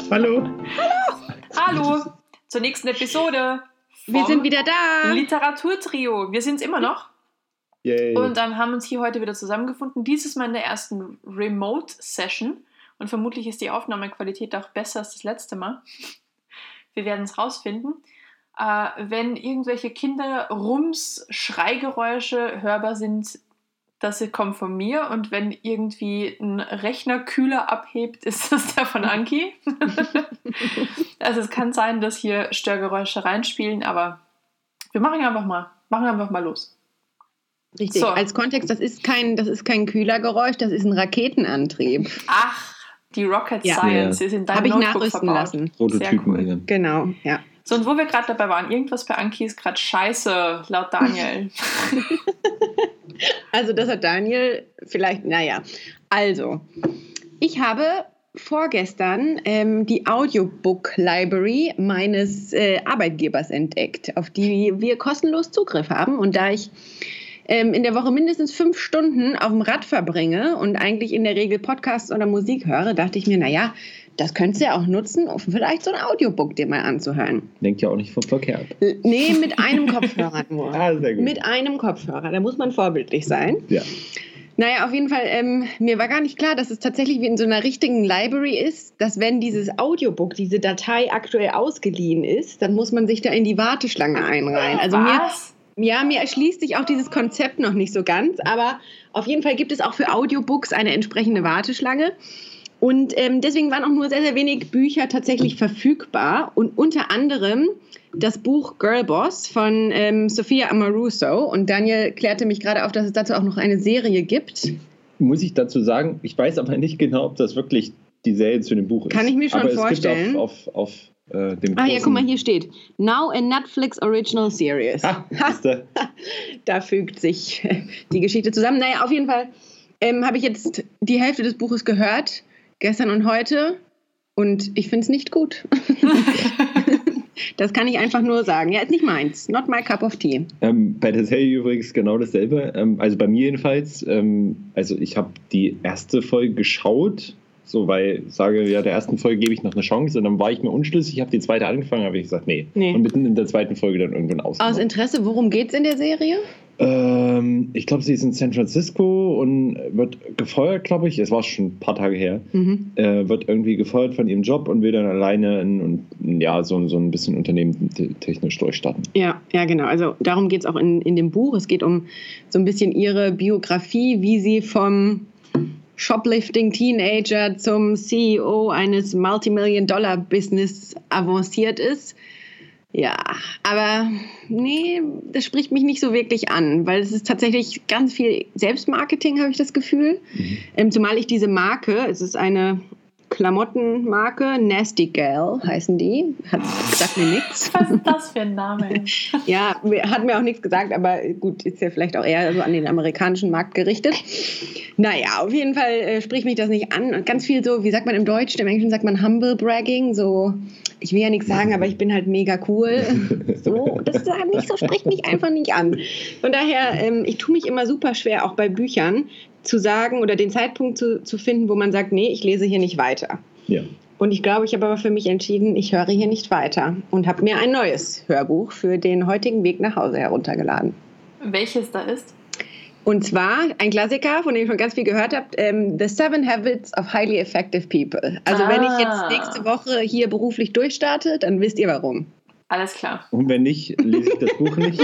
Hallo. Hallo zur nächsten Episode. Wir sind wieder da. Literaturtrio. Wir sind es immer noch. Yay. Und haben uns hier heute wieder zusammengefunden. Dieses Mal in der ersten Remote-Session. Und vermutlich ist die Aufnahmequalität auch besser als das letzte Mal. Wir werden es rausfinden. Wenn irgendwelche Kinder-Rums-Schreigeräusche hörbar sind, das kommt von mir. Und wenn irgendwie ein Rechnerkühler abhebt, ist das der von Anki. Also es kann sein, dass hier Störgeräusche reinspielen, aber wir machen einfach mal los. Richtig, so. Als Kontext, das ist kein Kühlergeräusch, das ist ein Raketenantrieb. Ach, die Rocket Science ist in deinem Notebook nachrüsten verbaut. lassen. Prototypen. Sehr cool. Genau, ja. So, und wo wir gerade dabei waren, irgendwas bei Anki ist gerade scheiße, laut Daniel. Also das hat Daniel vielleicht, Also, ich habe vorgestern die Audiobook Library meines Arbeitgebers entdeckt, auf die wir kostenlos Zugriff haben. Und da ich in der Woche mindestens 5 Stunden auf dem Rad verbringe und eigentlich in der Regel Podcasts oder Musik höre, dachte ich mir, das könntest du ja auch nutzen, um vielleicht so ein Audiobook dir mal anzuhören. Denkt ja auch nicht vom Verkehr. Nee, mit einem Kopfhörer nur. Sehr gut. Mit einem Kopfhörer, da muss man vorbildlich sein. Ja. Auf jeden Fall, mir war gar nicht klar, dass es tatsächlich wie in so einer richtigen Library ist, dass wenn dieses Audiobook, diese Datei aktuell ausgeliehen ist, dann muss man sich da in die Warteschlange einreihen. Also mir erschließt sich auch dieses Konzept noch nicht so ganz, aber auf jeden Fall gibt es auch für Audiobooks eine entsprechende Warteschlange. Und deswegen waren auch nur sehr, sehr wenig Bücher tatsächlich verfügbar. Und unter anderem das Buch Girlboss von Sophia Amoruso. Und Daniel klärte mich gerade auf, dass es dazu auch noch eine Serie gibt. Muss ich dazu sagen, ich weiß aber nicht genau, ob das wirklich die Serie zu dem Buch ist. Kann ich mir schon aber vorstellen. Es gibt auf dem ja, guck mal, hier steht Now a Netflix Original Series. Da fügt sich die Geschichte zusammen. Auf jeden Fall habe ich jetzt die Hälfte des Buches gehört, gestern und heute, und ich finde es nicht gut. Das kann ich einfach nur sagen. Ja, ist nicht meins. Not my cup of tea. Bei der Serie übrigens genau dasselbe. Also bei mir jedenfalls. Also ich habe die erste Folge geschaut, so, weil ich sage, ja, der ersten Folge gebe ich noch eine Chance. Und dann war ich mir unschlüssig. Ich habe die zweite angefangen, habe ich gesagt, nee. Und mitten in der zweiten Folge dann irgendwann ausgemacht. Aus Interesse, worum geht es in der Serie? Ich glaube, sie ist in San Francisco und wird gefeuert, glaube ich. Es war schon ein paar Tage her. Wird irgendwie gefeuert von ihrem Job und will dann alleine so ein bisschen Unternehmen technisch durchstarten. Ja, genau. Also darum geht es auch in dem Buch. Es geht um so ein bisschen ihre Biografie, wie sie vom Shoplifting-Teenager zum CEO eines Multimillion-Dollar-Business avanciert ist. Ja, aber nee, das spricht mich nicht so wirklich an, weil es ist tatsächlich ganz viel Selbstmarketing, habe ich das Gefühl. Zumal ich diese Marke, es ist eine Klamottenmarke, Nasty Gal heißen die, sagt mir nichts. Was ist das für ein Name? Ja, hat mir auch nichts gesagt, aber gut, ist ja vielleicht auch eher so an den amerikanischen Markt gerichtet. Auf jeden Fall spricht mich das nicht an. Und ganz viel so, wie sagt man im Deutschen, im Englischen sagt man Humble Bragging, so, ich will ja nichts sagen, aber ich bin halt mega cool. So, das ist halt nicht so, spricht mich einfach nicht an. Von daher, ich tue mich immer super schwer, auch bei Büchern, zu sagen oder den Zeitpunkt zu finden, wo man sagt, nee, ich lese hier nicht weiter. Ja. Und ich glaube, ich habe aber für mich entschieden, ich höre hier nicht weiter und habe mir ein neues Hörbuch für den heutigen Weg nach Hause heruntergeladen. Welches da ist? Und zwar ein Klassiker, von dem ihr schon ganz viel gehört habt, The 7 Habits of Highly Effective People. Also wenn ich jetzt nächste Woche hier beruflich durchstarte, dann wisst ihr warum. Alles klar. Und wenn nicht, lese ich das Buch nicht.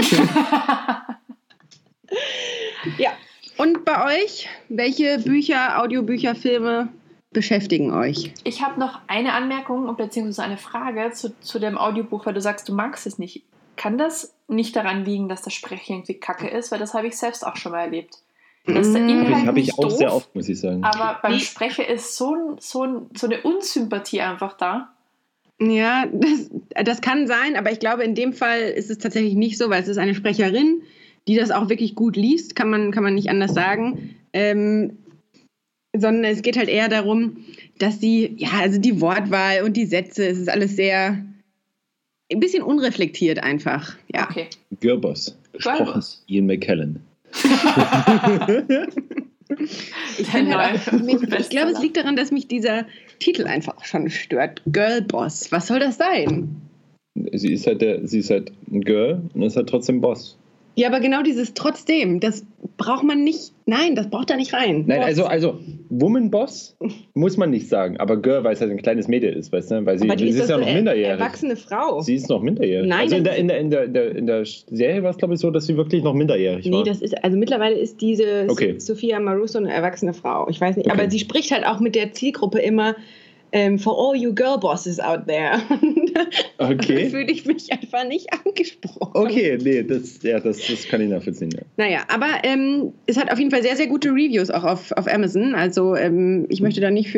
Ja. Und bei euch, welche Bücher, Audiobücher, Filme beschäftigen euch? Ich habe noch eine Anmerkung bzw. eine Frage zu dem Audiobuch, weil du sagst, du magst es nicht. Kann das nicht daran liegen, dass das Sprechen irgendwie kacke ist? Weil das habe ich selbst auch schon mal erlebt. Das ist der Inhalt habe ich nicht auch doof, sehr oft, muss ich sagen. Aber beim Sprechen ist so eine Unsympathie einfach da. Ja, das kann sein, aber ich glaube, in dem Fall ist es tatsächlich nicht so, weil es ist eine Sprecherin, die das auch wirklich gut liest, kann man nicht anders sagen. Sondern es geht halt eher darum, dass sie, also die Wortwahl und die Sätze, es ist alles sehr, ein bisschen unreflektiert einfach. Ja. Okay. Girlboss, gesprochen Ian McKellen. Ich glaube, es liegt daran, dass mich dieser Titel einfach schon stört. Girlboss. Was soll das sein? Sie ist halt ein Girl und ist halt trotzdem Boss. Ja, aber genau dieses trotzdem, das braucht man nicht, nein, das braucht da nicht rein. Nein, also Woman Boss muss man nicht sagen, aber Girl, weil es halt ein kleines Mädel ist, weißt du, weil sie ist ja noch minderjährig. Erwachsene Frau. Sie ist noch minderjährig. Nein, also in der Serie war es, glaube ich, so, dass sie wirklich noch minderjährig war. Nee, also mittlerweile ist diese Sophia Maruso eine erwachsene Frau. Ich weiß nicht, aber sie spricht halt auch mit der Zielgruppe immer for all you girl bosses out there. Okay. Da fühle ich mich einfach nicht angesprochen. Okay, nee, das kann ich nachvollziehen. Ja. Naja, aber es hat auf jeden Fall sehr, sehr gute Reviews auch auf Amazon. Also ich möchte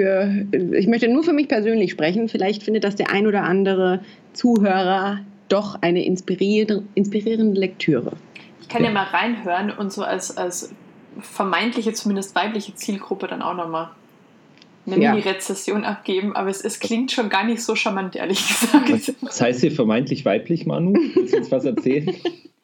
nur für mich persönlich sprechen. Vielleicht findet das der ein oder andere Zuhörer doch eine inspirierende Lektüre. Ich kann ja mal reinhören und so als vermeintliche, zumindest weibliche Zielgruppe dann auch nochmal eine Mini-Rezession abgeben, aber es klingt schon gar nicht so charmant, ehrlich gesagt. Was heißt hier vermeintlich weiblich, Manu? Willst du uns was erzählen?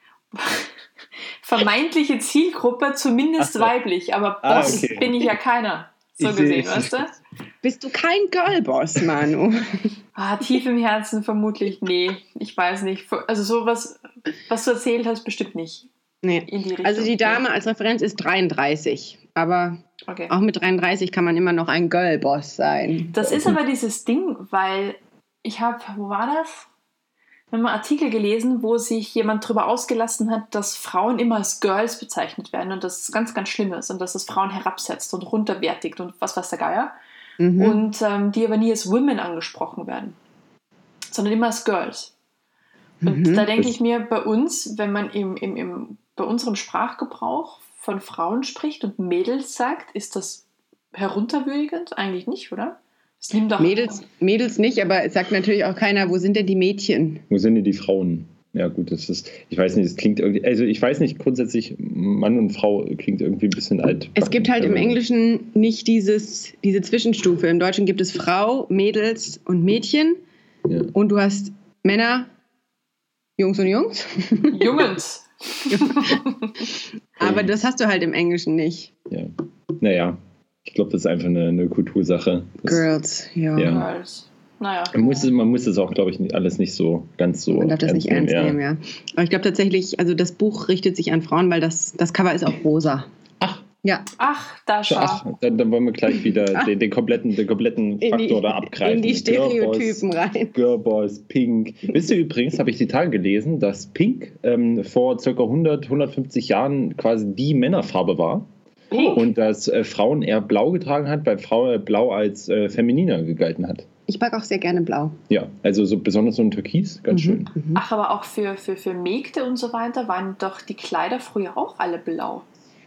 Vermeintliche Zielgruppe, zumindest weiblich, aber Boss bin ich ja keiner, so gesehen, weißt du? Bist du kein Girlboss, Manu? Tief im Herzen vermutlich, nee, ich weiß nicht. Also sowas, was du erzählt hast, bestimmt nicht. Nee. In die Richtung. Also die Dame als Referenz ist 33, aber auch mit 33 kann man immer noch ein Girlboss sein. Das ist aber dieses Ding, weil wo war das? Ich habe mal einen Artikel gelesen, wo sich jemand darüber ausgelassen hat, dass Frauen immer als Girls bezeichnet werden und dass es ganz, ganz schlimm ist und dass es Frauen herabsetzt und runterwertigt und was weiß der Geier. Mhm. Und die aber nie als Women angesprochen werden, sondern immer als Girls. Und da denke ich mir, bei uns, wenn man bei unserem Sprachgebrauch von Frauen spricht und Mädels sagt, ist das herunterwürdigend? Eigentlich nicht, oder? Das nimmt doch Mädels nicht, aber es sagt natürlich auch keiner, wo sind denn die Mädchen? Wo sind denn die Frauen? Ja gut, ich weiß nicht, das klingt irgendwie, also ich weiß nicht, grundsätzlich Mann und Frau klingt irgendwie ein bisschen alt. Es gibt halt im Englischen nicht diese Zwischenstufe. Im Deutschen gibt es Frau, Mädels und Mädchen und du hast Männer, Jungs und Jungs. Jungens. Aber das hast du halt im Englischen nicht. Ja. Naja, ich glaube, das ist einfach eine Kultursache. Girls, ja. Girls. Naja. Man muss das auch, glaube ich, alles nicht so ganz so. Man darf das nicht ernst nehmen, ja. Aber ich glaube tatsächlich, also das Buch richtet sich an Frauen, weil das Cover ist auch rosa. Ja. Ach, da schau. Dann wollen wir gleich wieder den kompletten Faktor da abgreifen. In die Stereotypen rein. Girlboss, Pink. Wisst ihr übrigens, habe ich die Tage gelesen, dass Pink vor ca. 150 Jahren quasi die Männerfarbe war. Pink? Und dass Frauen eher blau getragen hat, weil Blau als femininer gegalten hat. Ich mag auch sehr gerne blau. Ja, also besonders so ein Türkis, ganz schön. Ach, aber auch für Mägde und so weiter waren doch die Kleider früher auch alle blau.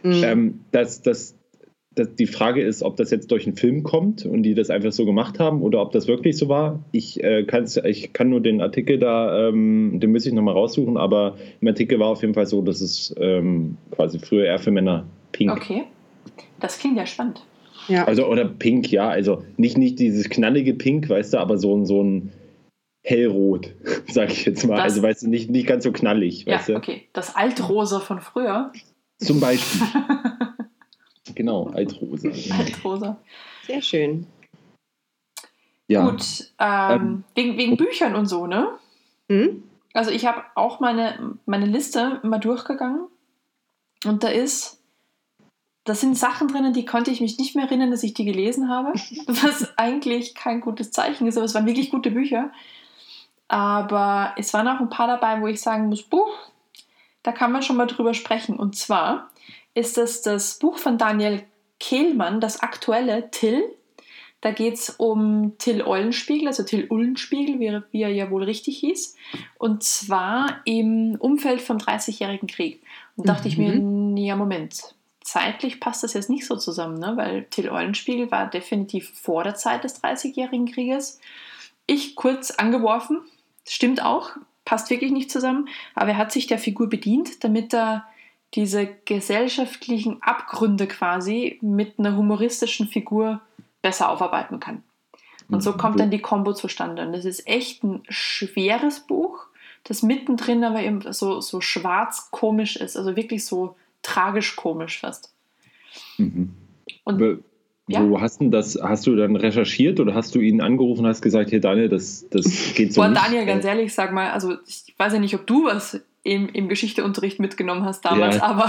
Die Frage ist, ob das jetzt durch einen Film kommt und die das einfach so gemacht haben oder ob das wirklich so war. Ich kann nur den Artikel da, den müsste ich nochmal raussuchen, aber im Artikel war auf jeden Fall so, dass es quasi früher eher für Männer pink. Okay, das klingt ja spannend. Ja. Also, oder pink, ja, also nicht dieses knallige Pink, weißt du, aber so ein hellrot, sag ich jetzt mal. Also, weißt du, nicht ganz so knallig, weißt du. Ja, okay, das Altrosa von früher. Zum Beispiel. Genau, Altrosa. Altrosa. Sehr schön. Ja. Gut, wegen Büchern und so, ne? Mhm. Also ich habe auch meine Liste mal durchgegangen und das sind Sachen drinnen, die konnte ich mich nicht mehr erinnern, dass ich die gelesen habe, was eigentlich kein gutes Zeichen ist, aber es waren wirklich gute Bücher. Aber es waren auch ein paar dabei, wo ich sagen muss, da kann man schon mal drüber sprechen. Und zwar ist das Buch von Daniel Kehlmann, das aktuelle Till. Da geht es um Till Eulenspiegel, also Till Ullenspiegel, wie er ja wohl richtig hieß. Und zwar im Umfeld vom 30-jährigen Krieg. Und dachte ich mir, ja Moment, zeitlich passt das jetzt nicht so zusammen, ne? Weil Till Eulenspiegel war definitiv vor der Zeit des 30-jährigen Krieges. Ich kurz angeworfen, stimmt auch, passt wirklich nicht zusammen, aber er hat sich der Figur bedient, damit er diese gesellschaftlichen Abgründe quasi mit einer humoristischen Figur besser aufarbeiten kann. Und so kommt dann die Kombo zustande. Und das ist echt ein schweres Buch, das mittendrin aber eben so schwarz komisch ist, also wirklich so tragisch komisch fast. Und ja. Wo hast denn das, hast du dann recherchiert oder hast du ihn angerufen und hast gesagt, hier Daniel, das geht so Boah, nicht? Daniel, ganz ehrlich, sag mal, also ich weiß ja nicht, ob du was im Geschichteunterricht mitgenommen hast damals, aber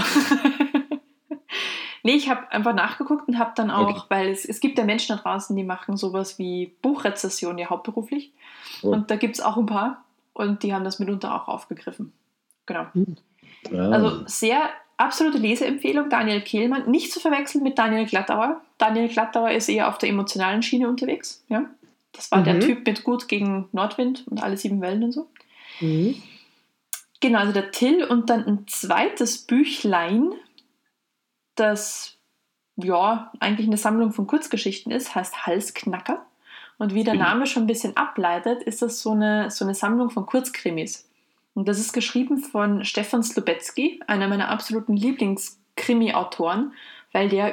nee, ich habe einfach nachgeguckt und habe dann auch, weil es gibt ja Menschen da draußen, die machen sowas wie Buchrezession ja hauptberuflich und da gibt es auch ein paar und die haben das mitunter auch aufgegriffen. Genau. Ja. Also sehr absolute Leseempfehlung, Daniel Kehlmann, nicht zu verwechseln mit Daniel Glattauer. Daniel Glattauer ist eher auf der emotionalen Schiene unterwegs, ja. Das war der Typ mit Gut gegen Nordwind und alle 7 Wellen und so. Genau, also der Till und dann ein zweites Büchlein, das ja eigentlich eine Sammlung von Kurzgeschichten ist, heißt Halsknacker. Und wie der Name schon ein bisschen ableitet, ist das so eine Sammlung von Kurzkrimis. Und das ist geschrieben von Stefan Slobetzky, einer meiner absoluten Lieblingskrimi-Autoren, weil der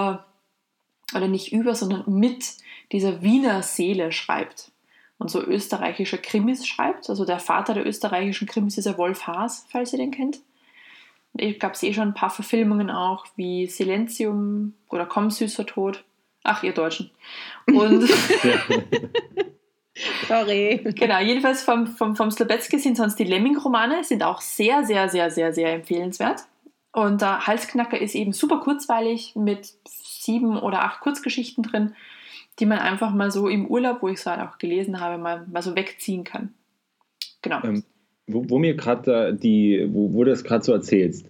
sondern mit dieser Wiener Seele schreibt und so österreichische Krimis schreibt. Also der Vater der österreichischen Krimis ist der Wolf Haas, falls ihr den kennt. Ich gab es schon ein paar Verfilmungen auch, wie Silentium oder Komm, süßer Tod. Ach, ihr Deutschen. Und sorry. Genau, jedenfalls vom Slobetzky sind sonst die Lemming-Romane, sind auch sehr, sehr, sehr, sehr, sehr empfehlenswert. Und der Halsknacker ist eben super kurzweilig mit 7 oder 8 Kurzgeschichten drin, die man einfach mal so im Urlaub, wo ich es halt auch gelesen habe, mal so wegziehen kann. Genau. Wo mir gerade wo du das gerade so erzählst,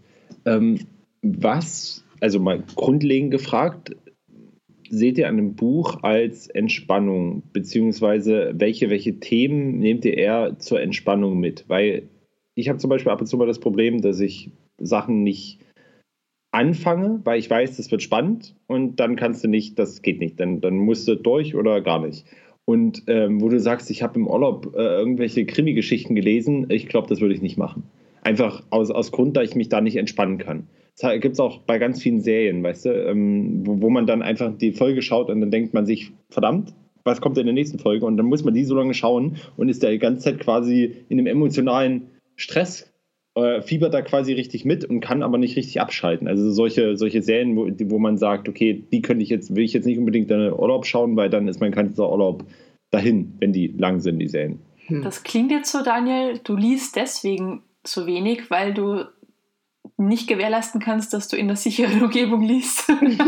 also mal grundlegend gefragt, seht ihr an einem Buch als Entspannung, beziehungsweise welche Themen nehmt ihr eher zur Entspannung mit? Weil ich habe zum Beispiel ab und zu mal das Problem, dass ich Sachen nicht anfange, weil ich weiß, das wird spannend und dann kannst du nicht, das geht nicht, dann musst du durch oder gar nicht. Und wo du sagst, ich habe im Urlaub irgendwelche Krimi-Geschichten gelesen, ich glaube, das würde ich nicht machen. Einfach aus Grund, da ich mich da nicht entspannen kann. Das gibt es auch bei ganz vielen Serien, weißt du, wo man dann einfach die Folge schaut und dann denkt man sich, verdammt, was kommt in der nächsten Folge? Und dann muss man die so lange schauen und ist da die ganze Zeit quasi in einem emotionalen Stress, fiebert da quasi richtig mit und kann aber nicht richtig abschalten. Also solche Serien, wo man sagt, okay, will ich jetzt nicht unbedingt in den Urlaub schauen, weil dann ist mein ganzer Urlaub dahin, wenn die lang sind, die Serien. Das klingt jetzt so, Daniel, du liest deswegen so wenig, weil du nicht gewährleisten kannst, dass du in einer sicheren Umgebung liest.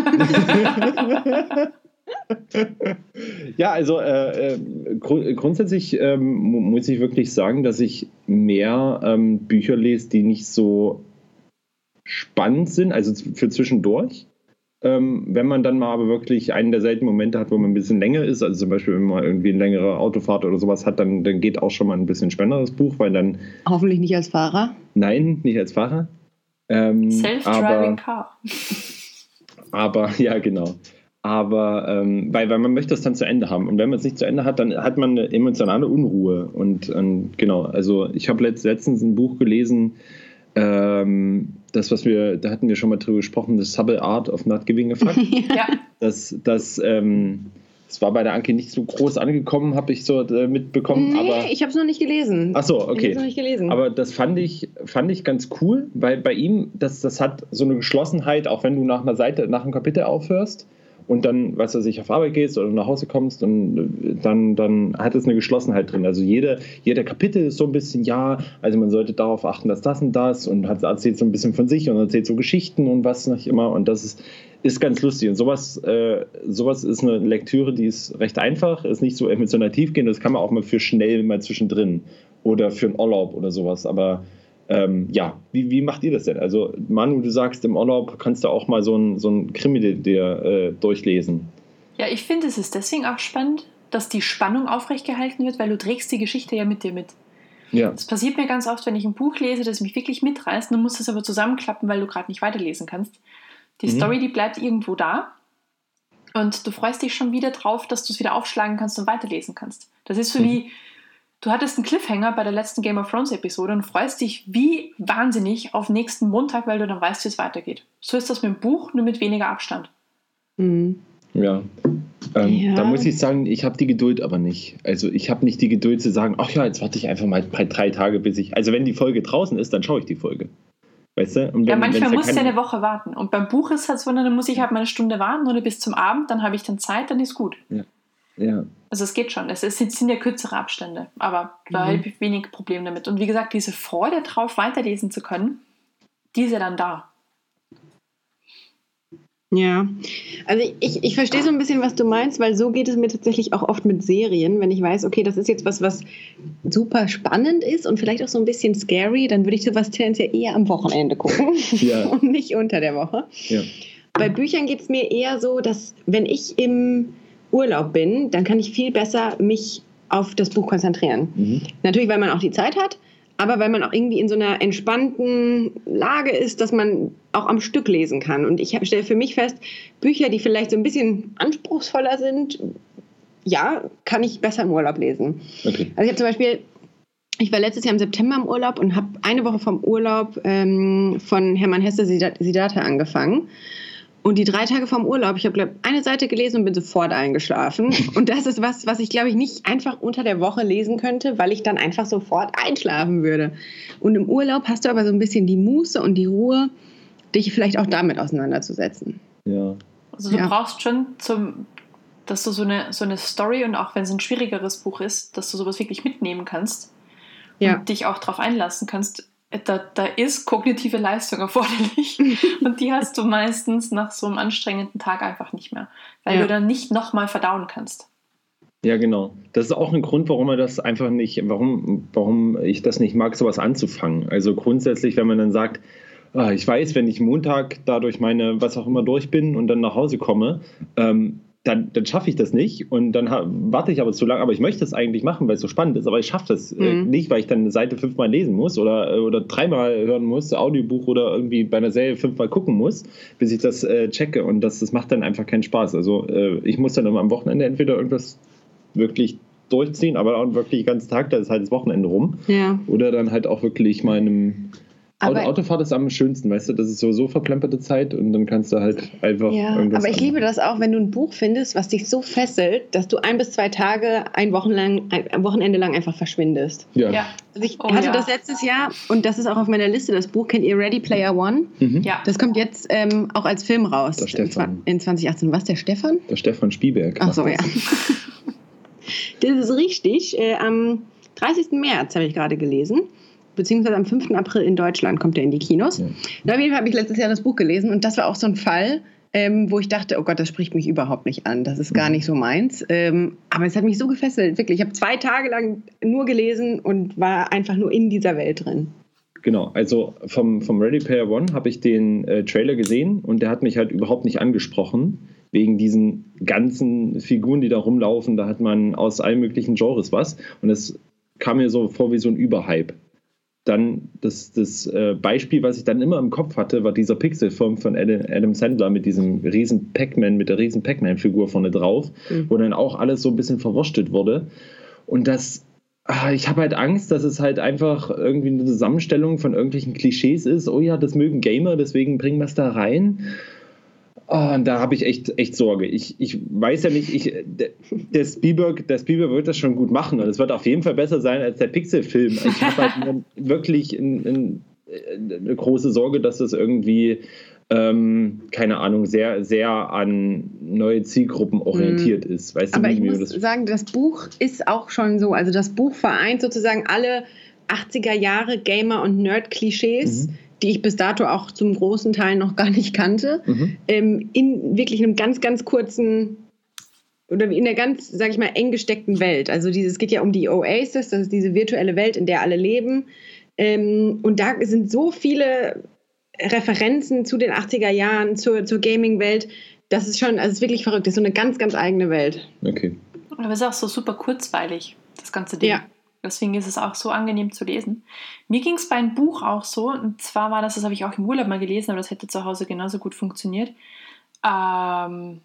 Ja, also grundsätzlich muss ich wirklich sagen, dass ich mehr Bücher lese, die nicht so spannend sind, also für zwischendurch. Wenn man dann mal aber wirklich einen der seltenen Momente hat, wo man ein bisschen länger ist, also zum Beispiel, wenn man irgendwie eine längere Autofahrt oder sowas hat, dann geht auch schon mal ein bisschen spannenderes Buch, weil dann... Hoffentlich nicht als Fahrer? Nein, nicht als Fahrer. Self-driving car. Aber, ja, genau. Aber, weil man möchte es dann zu Ende haben. Und wenn man es nicht zu Ende hat, dann hat man eine emotionale Unruhe. Und genau, also ich habe letztens ein Buch gelesen, da hatten wir schon mal drüber gesprochen, The Subtle Art of Not Giving a Fuck. Ja. Das war bei der Anke nicht so groß angekommen, habe ich so mitbekommen. Nee, aber ich habe es noch nicht gelesen. Ach so, okay. Ich habe es noch nicht gelesen. Aber das fand ich ganz cool, weil bei ihm, das hat so eine Geschlossenheit, auch wenn du nach einem Kapitel aufhörst und dann, weißt du, auf Arbeit gehst oder nach Hause kommst und dann hat es eine Geschlossenheit drin. Also jeder Kapitel ist so ein bisschen, ja, also man sollte darauf achten, dass das und das und erzählt so ein bisschen von sich und erzählt so Geschichten und was nicht immer und das ist ganz lustig. Und sowas ist eine Lektüre, die ist recht einfach, ist nicht so emotional tiefgehend, das kann man auch mal für schnell mal zwischendrin oder für einen Urlaub oder sowas, aber ja, wie macht ihr das denn? Also Manu, du sagst, im Urlaub kannst du auch mal so ein Krimi dir durchlesen. Ja, ich finde, es ist deswegen auch spannend, dass die Spannung aufrechtgehalten wird, weil du trägst die Geschichte ja mit dir mit. Ja. Das passiert mir ganz oft, wenn ich ein Buch lese, das mich wirklich mitreißt, dann musst du es aber zusammenklappen, weil du gerade nicht weiterlesen kannst. Die Story, die bleibt irgendwo da und du freust dich schon wieder drauf, dass du es wieder aufschlagen kannst und weiterlesen kannst. Das ist so wie, du hattest einen Cliffhanger bei der letzten Game of Thrones Episode und freust dich wie wahnsinnig auf nächsten Montag, weil du dann weißt, wie es weitergeht. So ist das mit dem Buch, nur mit weniger Abstand. Ja. Da muss ich sagen, ich habe die Geduld aber nicht. Also ich habe nicht die Geduld zu sagen, ach ja, jetzt warte ich einfach mal 3 Tage, also wenn die Folge draußen ist, dann schaue ich die Folge. Weißt du? Und Ja, manchmal wenn's musst du eine Woche warten. Und beim Buch ist es halt so, dann muss ich halt mal eine Stunde warten oder bis zum Abend, dann habe ich dann Zeit, dann ist gut. Ja. Also es geht schon. Es sind ja kürzere Abstände, aber da habe ich wenig Probleme damit. Und wie gesagt, diese Freude drauf, weiterlesen zu können, die ist ja dann da. Ja, also ich verstehe so ein bisschen, was du meinst, weil so geht es mir tatsächlich auch oft mit Serien. Wenn ich weiß, okay, das ist jetzt was super spannend ist und vielleicht auch so ein bisschen scary, dann würde ich sowas tendenziell eher am Wochenende gucken und nicht unter der Woche. Ja. Bei Büchern geht es mir eher so, dass wenn ich im Urlaub bin, dann kann ich viel besser mich auf das Buch konzentrieren. Natürlich, weil man auch die Zeit hat, aber weil man auch irgendwie in so einer entspannten Lage ist, dass man auch am Stück lesen kann. Und ich stelle für mich fest, Bücher, die vielleicht so ein bisschen anspruchsvoller sind, ja, kann ich besser im Urlaub lesen. Okay. Also ich habe zum Beispiel, ich war letztes Jahr im September im Urlaub und habe eine Woche vom Urlaub von Hermann Hesse Siddhartha angefangen. Und die 3 Tage vorm Urlaub, ich habe, glaube ich, eine Seite gelesen und bin sofort eingeschlafen. Und das ist was ich, glaube ich, nicht einfach unter der Woche lesen könnte, weil ich dann einfach sofort einschlafen würde. Und im Urlaub hast du aber so ein bisschen die Muße und die Ruhe, dich vielleicht auch damit auseinanderzusetzen. Ja. Also du brauchst schon, dass du so eine Story und auch wenn es ein schwierigeres Buch ist, dass du sowas wirklich mitnehmen kannst und dich auch darauf einlassen kannst. Da ist kognitive Leistung erforderlich und die hast du meistens nach so einem anstrengenden Tag einfach nicht mehr, weil du dann nicht nochmal verdauen kannst. Ja, genau. Das ist auch ein Grund, warum ich das nicht mag, sowas anzufangen. Also grundsätzlich, wenn man dann sagt, ich weiß, wenn ich Montag da durch meine, was auch immer durch bin und dann nach Hause komme, dann schaffe ich das nicht und dann warte ich aber zu lange, aber ich möchte das eigentlich machen, weil es so spannend ist, aber ich schaffe das nicht, weil ich dann eine Seite 5-mal lesen muss oder 3-mal hören muss, Audiobuch oder irgendwie bei einer Serie 5-mal gucken muss, bis ich das checke und das macht dann einfach keinen Spaß. Also ich muss dann immer am Wochenende entweder irgendwas wirklich durchziehen, aber auch wirklich den ganzen Tag, da ist halt das Wochenende rum. Ja. Oder dann halt auch wirklich Autofahrt ist am schönsten, weißt du, das ist so verplemperte Zeit und dann kannst du halt einfach irgendwas aber ich liebe das auch, wenn du ein Buch findest, was dich so fesselt, dass du 1 bis 2 Tage, ein Wochenende lang einfach verschwindest. Ja. Also ich hatte das letztes Jahr und das ist auch auf meiner Liste, das Buch, kennt ihr Ready Player One? Ja. Das kommt jetzt auch als Film raus. Der Stefan. In 2018. Was, der Stefan? Der Stefan Spielberg. Ach so, ja. Das ist richtig. Am 30. März habe ich gerade gelesen. Beziehungsweise am 5. April in Deutschland kommt er in die Kinos. Ja. Auf jeden Fall habe ich letztes Jahr das Buch gelesen und das war auch so ein Fall, wo ich dachte, oh Gott, das spricht mich überhaupt nicht an. Das ist gar nicht so meins. Aber es hat mich so gefesselt, wirklich. Ich habe 2 Tage lang nur gelesen und war einfach nur in dieser Welt drin. Genau, also vom Ready Player One habe ich den Trailer gesehen und der hat mich halt überhaupt nicht angesprochen, wegen diesen ganzen Figuren, die da rumlaufen. Da hat man aus allen möglichen Genres was und es kam mir so vor wie so ein Überhype. Dann das Beispiel, was ich dann immer im Kopf hatte, war dieser Pixelfilm von Adam Sandler mit diesem riesen Pac-Man, mit der riesen Pac-Man-Figur vorne drauf, wo dann auch alles so ein bisschen verwurschtelt wurde. Und ich habe halt Angst, dass es halt einfach irgendwie eine Zusammenstellung von irgendwelchen Klischees ist. Oh ja, das mögen Gamer, deswegen bringen wir es da rein. Oh, und da habe ich echt Sorge. Ich weiß ja nicht, der Spielberg wird das schon gut machen und es wird auf jeden Fall besser sein als der Pixel-Film. Ich habe halt wirklich eine große Sorge, dass das irgendwie, keine Ahnung, sehr, sehr an neue Zielgruppen orientiert ist. Weißt du, aber ich muss sagen, das Buch ist auch schon so, also das Buch vereint sozusagen alle 80er Jahre Gamer- und Nerd-Klischees, die ich bis dato auch zum großen Teil noch gar nicht kannte, in wirklich einem ganz, ganz kurzen oder in einer ganz, sage ich mal, eng gesteckten Welt. Also es geht ja um die Oasis, das ist diese virtuelle Welt, in der alle leben. Und da sind so viele Referenzen zu den 80er Jahren, zur Gaming-Welt. Das ist schon, also es ist wirklich verrückt. Das ist so eine ganz, ganz eigene Welt. Okay. Aber es ist auch so super kurzweilig, das ganze Ding. Ja. Deswegen ist es auch so angenehm zu lesen. Mir ging es bei einem Buch auch so, und zwar war das habe ich auch im Urlaub mal gelesen, aber das hätte zu Hause genauso gut funktioniert. Dreck.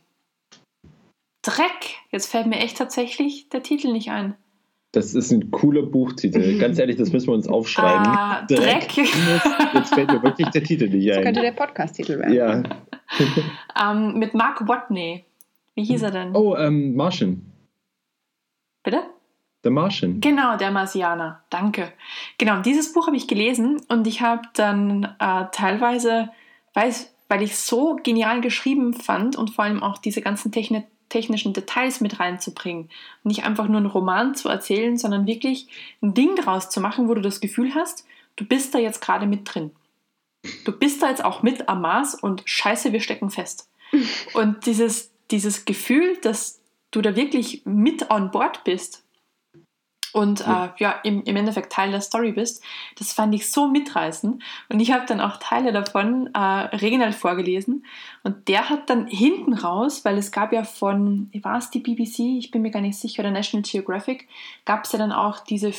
Jetzt fällt mir echt tatsächlich der Titel nicht ein. Das ist ein cooler Buchtitel. Ganz ehrlich, das müssen wir uns aufschreiben. Dreck. Jetzt fällt mir wirklich der Titel nicht ein. Das könnte der Podcast-Titel werden. Ja. Mit Mark Watney. Wie hieß er denn? Oh, Martian. Bitte? The Martian. Genau, der Marsianer. Danke. Genau, dieses Buch habe ich gelesen und ich habe dann teilweise, weil ich es so genial geschrieben fand und vor allem auch diese ganzen technischen Details mit reinzubringen. Nicht einfach nur einen Roman zu erzählen, sondern wirklich ein Ding draus zu machen, wo du das Gefühl hast, du bist da jetzt gerade mit drin. Du bist da jetzt auch mit am Mars und scheiße, wir stecken fest. Und dieses Gefühl, dass du da wirklich mit on board bist und im Endeffekt Teil der Story bist, das fand ich so mitreißend. Und ich habe dann auch Teile davon Reginald vorgelesen. Und der hat dann hinten raus, weil es gab ja war es die BBC, ich bin mir gar nicht sicher, oder National Geographic, gab es ja dann auch diese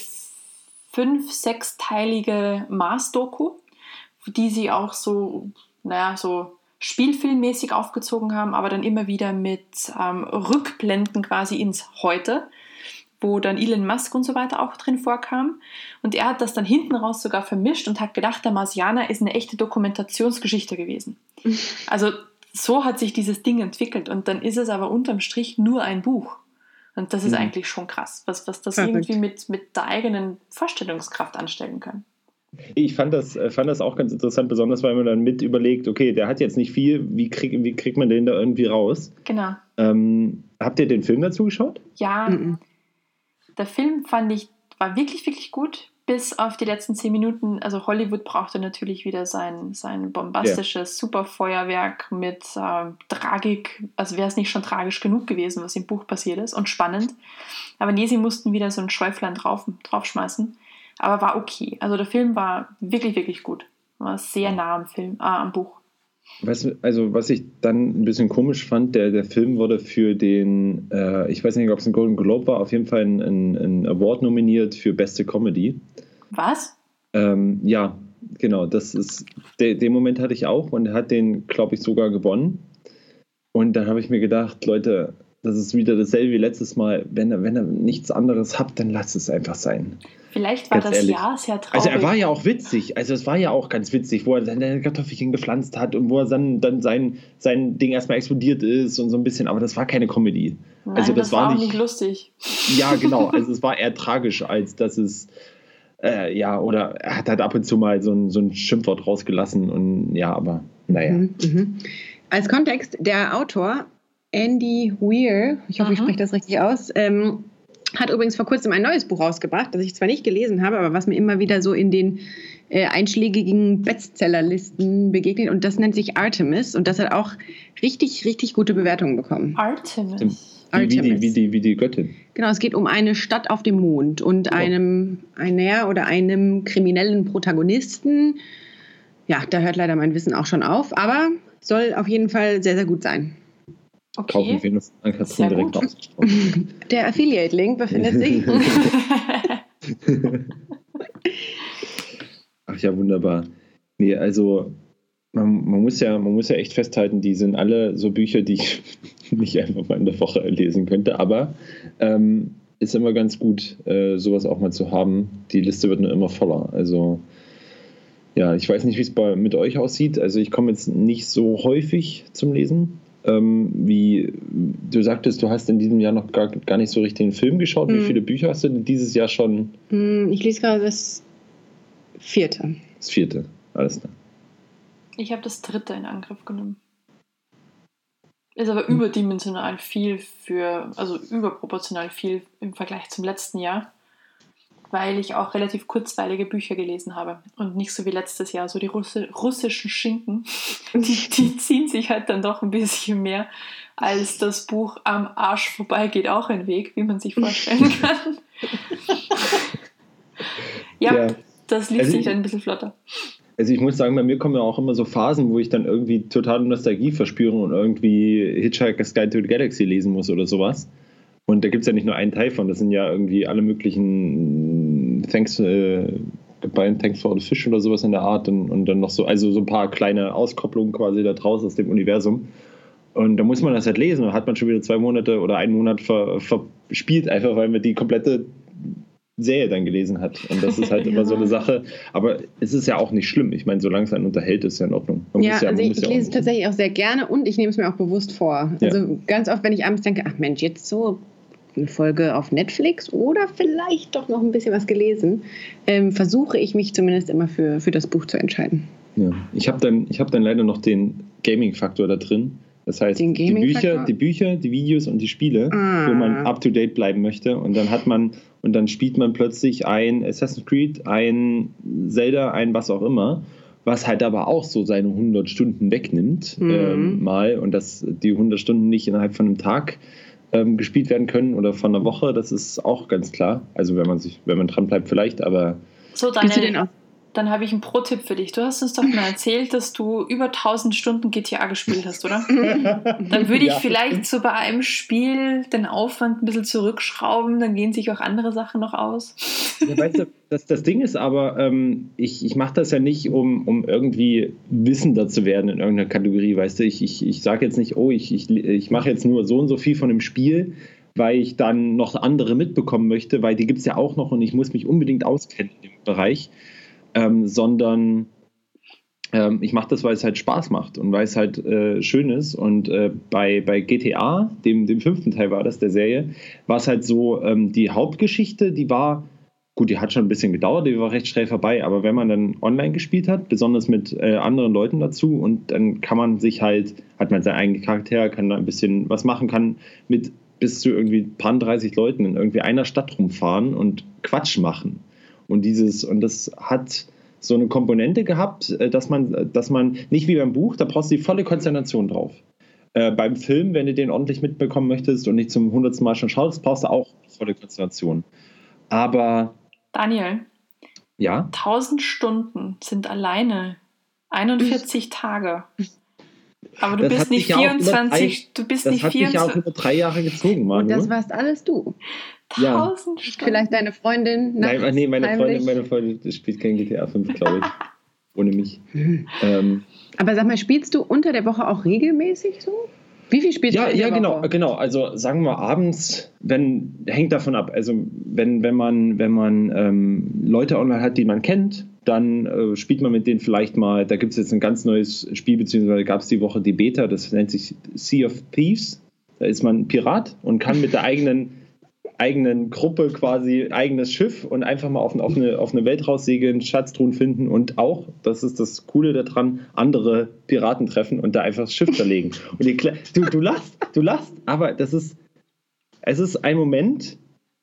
5-6-teilige Mars-Doku, die sie auch so spielfilmmäßig aufgezogen haben, aber dann immer wieder mit Rückblenden quasi ins Heute, wo dann Elon Musk und so weiter auch drin vorkam. Und er hat das dann hinten raus sogar vermischt und hat gedacht, der Marsianer ist eine echte Dokumentationsgeschichte gewesen. Also so hat sich dieses Ding entwickelt. Und dann ist es aber unterm Strich nur ein Buch. Und das ist eigentlich schon krass, was das irgendwie mit der eigenen Vorstellungskraft anstellen kann. Ich fand das auch ganz interessant, besonders weil man dann mit überlegt, okay, der hat jetzt nicht viel, wie kriegt man den da irgendwie raus? Genau. Habt ihr den Film dazu geschaut? Ja, der Film war wirklich, wirklich gut, bis auf die letzten 10 Minuten. Also Hollywood brauchte natürlich wieder sein bombastisches Superfeuerwerk mit Tragik. Also wäre es nicht schon tragisch genug gewesen, was im Buch passiert ist und spannend. Aber nee, sie mussten wieder so ein Schäuflein draufschmeißen. Aber war okay. Also der Film war wirklich, wirklich gut. War sehr nah am Buch. Was ich dann ein bisschen komisch fand, der Film wurde für den, ich weiß nicht, ob es ein Golden Globe war, auf jeden Fall ein Award nominiert für beste Comedy. Was? Ja, genau. Das ist, den Moment hatte ich auch und er hat den, glaube ich, sogar gewonnen. Und dann habe ich mir gedacht, Leute, das ist wieder dasselbe wie letztes Mal. Wenn ihr nichts anderes habt, dann lasst es einfach sein. Vielleicht war ganz das ehrlich. Jahr sehr traurig. Also er war ja auch witzig. Also es war ja auch ganz witzig, wo er seine Kartoffelchen gepflanzt hat und wo er dann sein Ding erstmal explodiert ist und so ein bisschen. Aber das war keine Comedy. Nein, also das war auch nicht lustig. Ja, genau. Also es war eher tragisch, als dass es oder er hat halt ab und zu mal so ein Schimpfwort rausgelassen und ja, aber naja. Als Kontext, der Autor Andy Weir, ich hoffe, ich spreche das richtig aus, hat übrigens vor kurzem ein neues Buch rausgebracht, das ich zwar nicht gelesen habe, aber was mir immer wieder so in den einschlägigen Bestsellerlisten begegnet, und das nennt sich Artemis, und das hat auch richtig, richtig gute Bewertungen bekommen. Artemis. Wie die Göttin. Genau, es geht um eine Stadt auf dem Mond und einem kriminellen Protagonisten. Ja, da hört leider mein Wissen auch schon auf, aber soll auf jeden Fall sehr, sehr gut sein. Okay. Kaufen wir uns an Katrin direkt ausgesprochen. Der Affiliate-Link befindet sich. Ach ja, wunderbar. Nee, also man muss ja echt festhalten, die sind alle so Bücher, die ich nicht einfach mal in der Woche lesen könnte, aber ist immer ganz gut, sowas auch mal zu haben. Die Liste wird nur immer voller. Also ja, ich weiß nicht, wie es mit euch aussieht. Also ich komme jetzt nicht so häufig zum Lesen. Wie du sagtest, du hast in diesem Jahr noch gar nicht so richtig den Film geschaut. Wie viele Bücher hast du denn dieses Jahr schon? Ich lese gerade das 4. Das 4, alles klar. Ich habe das 3. in Angriff genommen. Ist aber überdimensional viel also überproportional viel im Vergleich zum letzten Jahr, weil ich auch relativ kurzweilige Bücher gelesen habe und nicht so wie letztes Jahr, so die russischen Schinken, die ziehen sich halt dann doch ein bisschen mehr als das Buch Am Arsch vorbei geht auch ein Weg, wie man sich vorstellen kann. Ja, das liest sich dann ein bisschen flotter. Also ich muss sagen, bei mir kommen ja auch immer so Phasen, wo ich dann irgendwie totale Nostalgie verspüre und irgendwie Hitchhiker's Guide to the Galaxy lesen muss oder sowas. Und da gibt es ja nicht nur einen Teil von, das sind ja irgendwie alle möglichen Thanks for the Fish oder sowas in der Art und dann noch so ein paar kleine Auskopplungen quasi da draußen aus dem Universum. Und da muss man das halt lesen und hat man schon wieder 2 Monate oder 1 Monat verspielt, einfach weil man die komplette Serie dann gelesen hat. Und das ist halt immer so eine Sache. Aber es ist ja auch nicht schlimm. Ich meine, solange es einen unterhält, ist ja in Ordnung. Ich lese es tatsächlich auch sehr gerne und ich nehme es mir auch bewusst vor. Ja. Also ganz oft, wenn ich abends denke, ach Mensch, jetzt so eine Folge auf Netflix oder vielleicht doch noch ein bisschen was gelesen, versuche ich mich zumindest immer für das Buch zu entscheiden. Ja. Ich hab dann leider noch den Gaming-Faktor da drin. Das heißt, die Bücher, die Videos und die Spiele, wo man up-to-date bleiben möchte. Und dann spielt man plötzlich ein Assassin's Creed, ein Zelda, ein was auch immer, was halt aber auch so seine 100 Stunden wegnimmt mal. Und dass die 100 Stunden nicht innerhalb von einem Tag gespielt werden können oder von einer Woche, das ist auch ganz klar. Also wenn man dran bleibt vielleicht, aber... So, dann habe ich einen Pro-Tipp für dich. Du hast uns doch mal erzählt, dass du über 1000 Stunden GTA gespielt hast, oder? Dann würde ich vielleicht so bei einem Spiel den Aufwand ein bisschen zurückschrauben, dann gehen sich auch andere Sachen noch aus. Ja, weißt du, das Ding ist aber, ich mache das ja nicht, um irgendwie wissender zu werden in irgendeiner Kategorie, weißt du? Ich sage jetzt nicht, ich mache jetzt nur so und so viel von dem Spiel, weil ich dann noch andere mitbekommen möchte, weil die gibt es ja auch noch und ich muss mich unbedingt auskennen in dem Bereich. Sondern ich mache das, weil es halt Spaß macht und weil es halt schön ist. Und bei GTA, dem 5. Teil war das, der Serie, war es halt so, die Hauptgeschichte, die war, gut, die hat schon ein bisschen gedauert, die war recht schnell vorbei, aber wenn man dann online gespielt hat, besonders mit anderen Leuten dazu, und dann kann man hat man seinen eigenen Charakter, kann da ein bisschen was machen, kann mit bis zu irgendwie paar 30 Leuten in irgendwie einer Stadt rumfahren und Quatsch machen. Und das hat so eine Komponente gehabt, dass man nicht wie beim Buch, da brauchst du die volle Konzentration drauf. Beim Film, wenn du den ordentlich mitbekommen möchtest und nicht zum 100. Mal schon schaust, brauchst du auch volle Konzentration. Aber... Daniel, ja? 1000 Stunden sind alleine 41 Tage. Aber du bist nicht 24, du bist nicht 24. Das hat mich ja auch über 3 Jahre gezogen, Manu. Und das warst alles du. 1000 Stunden. Vielleicht deine Freundin. Nein, meine Freundin spielt kein GTA 5, glaube ich. Ohne mich. Aber sag mal, spielst du unter der Woche auch regelmäßig so? Wie viel spielst du in der Woche? Genau. Also sagen wir abends, hängt davon ab. Also wenn man Leute online hat, die man kennt, dann spielt man mit denen vielleicht mal, da gibt es jetzt ein ganz neues Spiel, beziehungsweise gab es die Woche die Beta, das nennt sich Sea of Thieves. Da ist man Pirat und kann mit der eigenen Gruppe quasi eigenes Schiff und einfach mal auf eine Welt raussegeln, Schatztruhen finden und auch, das ist das Coole daran, andere Piraten treffen und da einfach das Schiff zerlegen. Und du lachst, aber es ist ein Moment,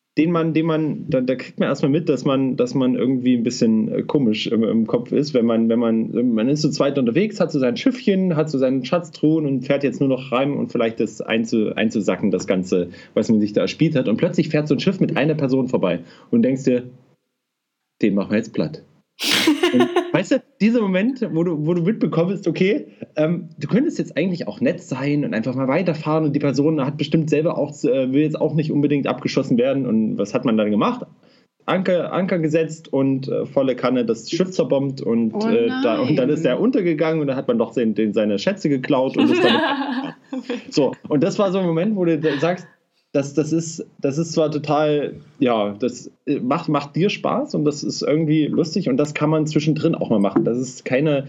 da kriegt man erstmal mit, dass man irgendwie ein bisschen komisch im Kopf ist, wenn man ist zu zweit unterwegs, hat so sein Schiffchen, hat so seinen Schatztruhen und fährt jetzt nur noch rein und vielleicht das einzusacken, das Ganze, was man sich da erspielt hat, und plötzlich fährt so ein Schiff mit einer Person vorbei und denkst dir, den machen wir jetzt platt. Und, weißt du, dieser Moment, wo du mitbekommst, okay, du könntest jetzt eigentlich auch nett sein und einfach mal weiterfahren und die Person hat bestimmt selber auch, will jetzt auch nicht unbedingt abgeschossen werden, und was hat man dann gemacht? Anker gesetzt und volle Kanne das Schiff zerbombt und dann ist er untergegangen und dann hat man doch seine Schätze geklaut und ist dann so, und das war so ein Moment, wo du sagst, das ist zwar total, ja, das macht dir Spaß und das ist irgendwie lustig und das kann man zwischendrin auch mal machen. Das ist keine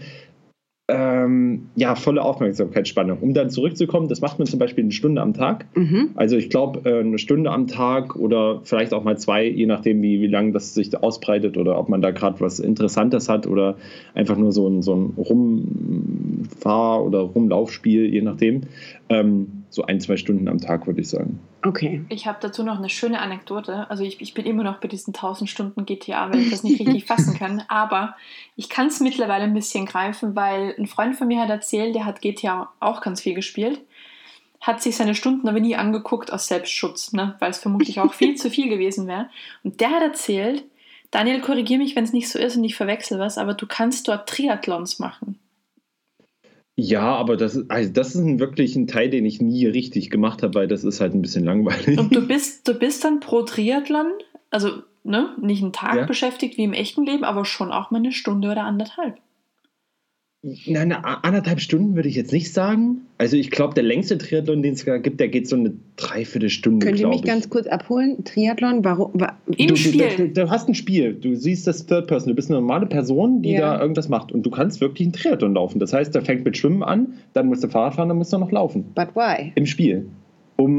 volle Aufmerksamkeitsspanne. Um dann zurückzukommen, das macht man zum Beispiel 1 Stunde am Tag. Mhm. Also ich glaube, 1 Stunde am Tag oder vielleicht auch mal 2, je nachdem, wie lange das sich ausbreitet oder ob man da gerade was Interessantes hat oder einfach nur so ein Rumfahr- oder Rumlaufspiel, je nachdem. So 1-2 Stunden am Tag, würde ich sagen. Okay. Ich habe dazu noch eine schöne Anekdote. Also ich bin immer noch bei diesen 1000 Stunden GTA, weil ich das nicht richtig fassen kann. Aber ich kann es mittlerweile ein bisschen greifen, weil ein Freund von mir hat erzählt, der hat GTA auch ganz viel gespielt, hat sich seine Stunden aber nie angeguckt aus Selbstschutz, ne? Weil es vermutlich auch viel zu viel gewesen wäre. Und der hat erzählt, Daniel, korrigier mich, wenn es nicht so ist und ich verwechsel was, aber du kannst dort Triathlons machen. Ja, aber das ist wirklich ein Teil, den ich nie richtig gemacht habe, weil das ist halt ein bisschen langweilig. Und du bist dann pro Triathlon, also nicht einen Tag beschäftigt wie im echten Leben, aber schon auch mal 1 Stunde oder 1,5. Nein, 1,5 Stunden würde ich jetzt nicht sagen. Also ich glaube, der längste Triathlon, den es gibt, der geht so eine 3/4 Stunde. Könnt ihr mich ganz kurz abholen? Triathlon, warum? Im Spiel. Du hast ein Spiel, du siehst das Third Person, du bist eine normale Person, die da irgendwas macht und du kannst wirklich einen Triathlon laufen. Das heißt, der fängt mit Schwimmen an, dann musst du Fahrrad fahren, dann musst du noch laufen. But why? Im Spiel. Um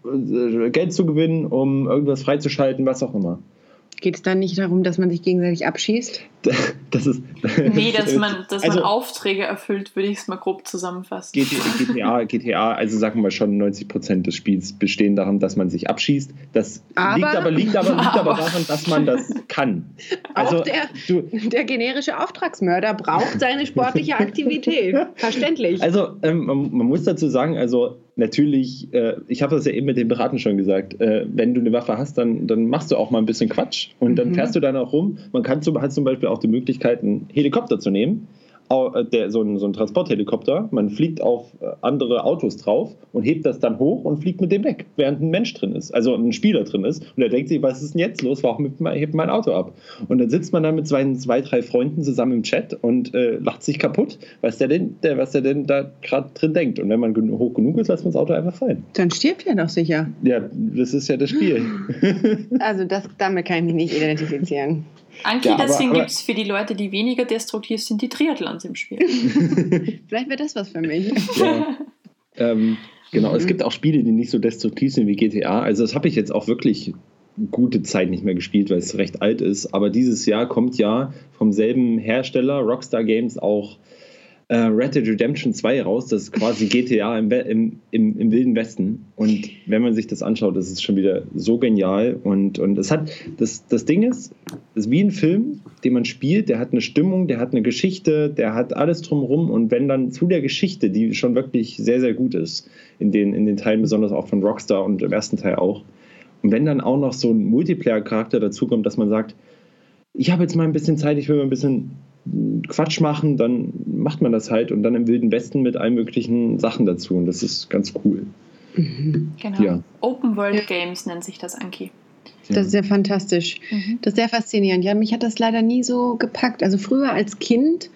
Geld zu gewinnen, um irgendwas freizuschalten, was auch immer. Geht es dann nicht darum, dass man sich gegenseitig abschießt? Das ist, Nee, dass man Aufträge erfüllt, würde ich es mal grob zusammenfassen. GTA, also sagen wir schon 90% des Spiels bestehen daran, dass man sich abschießt. Das liegt aber daran, dass man das kann. Also, auch der generische Auftragsmörder braucht seine sportliche Aktivität. Verständlich. Also man muss dazu sagen, also natürlich, ich habe das ja eben mit den Piraten schon gesagt, wenn du eine Waffe hast, dann machst du auch mal ein bisschen Quatsch und dann fährst du dann auch rum. Man hat zum Beispiel auch die Möglichkeit, einen Helikopter zu nehmen, so ein Transporthelikopter. Man fliegt auf andere Autos drauf und hebt das dann hoch und fliegt mit dem weg, während ein Mensch drin ist, also ein Spieler drin ist. Und er denkt sich, was ist denn jetzt los? Warum hebt mein Auto ab? Und dann sitzt man dann mit zwei, drei Freunden zusammen im Chat und lacht sich kaputt, was der denn da gerade drin denkt. Und wenn man hoch genug ist, lässt man das Auto einfach fallen. Dann stirbt er doch sicher. Ja, das ist ja das Spiel. Also damit kann ich mich nicht identifizieren. Anki, ja, deswegen gibt es für die Leute, die weniger destruktiv sind, die Triathlons im Spiel. Vielleicht wäre das was für mich. Ja. Genau, es gibt auch Spiele, die nicht so destruktiv sind wie GTA. Also das habe ich jetzt auch wirklich gute Zeit nicht mehr gespielt, weil es recht alt ist. Aber dieses Jahr kommt ja vom selben Hersteller, Rockstar Games, auch Red Dead Redemption 2 raus. Das ist quasi GTA im Wilden Westen. Und wenn man sich das anschaut, das ist schon wieder so genial. Und es hat, das Ding ist wie ein Film, den man spielt, der hat eine Stimmung, der hat eine Geschichte, der hat alles drumherum. Und wenn dann zu der Geschichte, die schon wirklich sehr, sehr gut ist, in den Teilen besonders auch von Rockstar und im ersten Teil auch, und wenn dann auch noch so ein Multiplayer-Charakter dazukommt, dass man sagt, ich habe jetzt mal ein bisschen Zeit, ich will mal ein bisschen Quatsch machen, dann macht man das halt und dann im Wilden Westen mit allen möglichen Sachen dazu und das ist ganz cool. Genau. Ja. Open World Games nennt sich das, Anki. Das ist ja fantastisch. Das ist sehr faszinierend. Ja, mich hat das leider nie so gepackt. Also früher als Kind.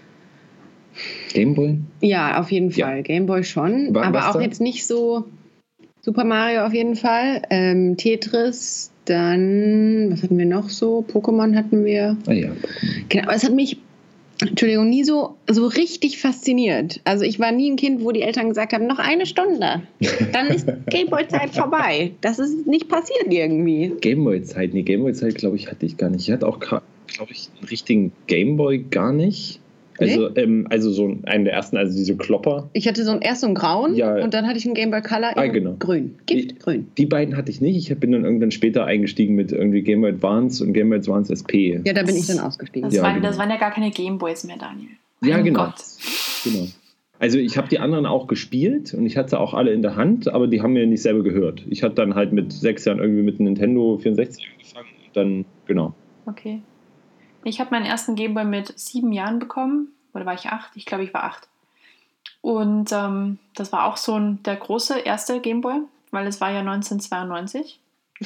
Gameboy? Ja, auf jeden Fall. Ja. Gameboy schon. Aber auch jetzt nicht so. Super Mario auf jeden Fall. Tetris. Dann, was hatten wir noch so? Pokémon hatten wir. Ah ja. Genau, aber es hat mich, nie so richtig fasziniert. Also ich war nie ein Kind, wo die Eltern gesagt haben, noch eine Stunde, dann ist Gameboy-Zeit vorbei. Das ist nicht passiert irgendwie. Gameboy-Zeit, glaube ich, hatte ich gar nicht. Ich hatte auch, glaube ich, einen richtigen Gameboy gar nicht. Also so einen der ersten, also diese Klopper. Ich hatte erst so einen grauen und dann hatte ich einen Game Boy Color in grün. Giftgrün. Die beiden hatte ich nicht. Ich bin dann irgendwann später eingestiegen mit irgendwie Game Boy Advance und Game Boy Advance SP. Ja, da bin ich dann ausgestiegen. Das waren ja gar keine Gameboys mehr, Daniel. Ja, genau. Genau. Also ich habe die anderen auch gespielt und ich hatte auch alle in der Hand, aber die haben mir nicht selber gehört. Ich hatte dann halt mit 6 Jahren irgendwie mit einem Nintendo 64 angefangen und dann, genau. Okay. Ich habe meinen ersten Gameboy mit 7 Jahren bekommen. Oder war ich 8? Ich glaube, ich war 8. Und das war auch so der große erste Gameboy, weil es war ja 1992.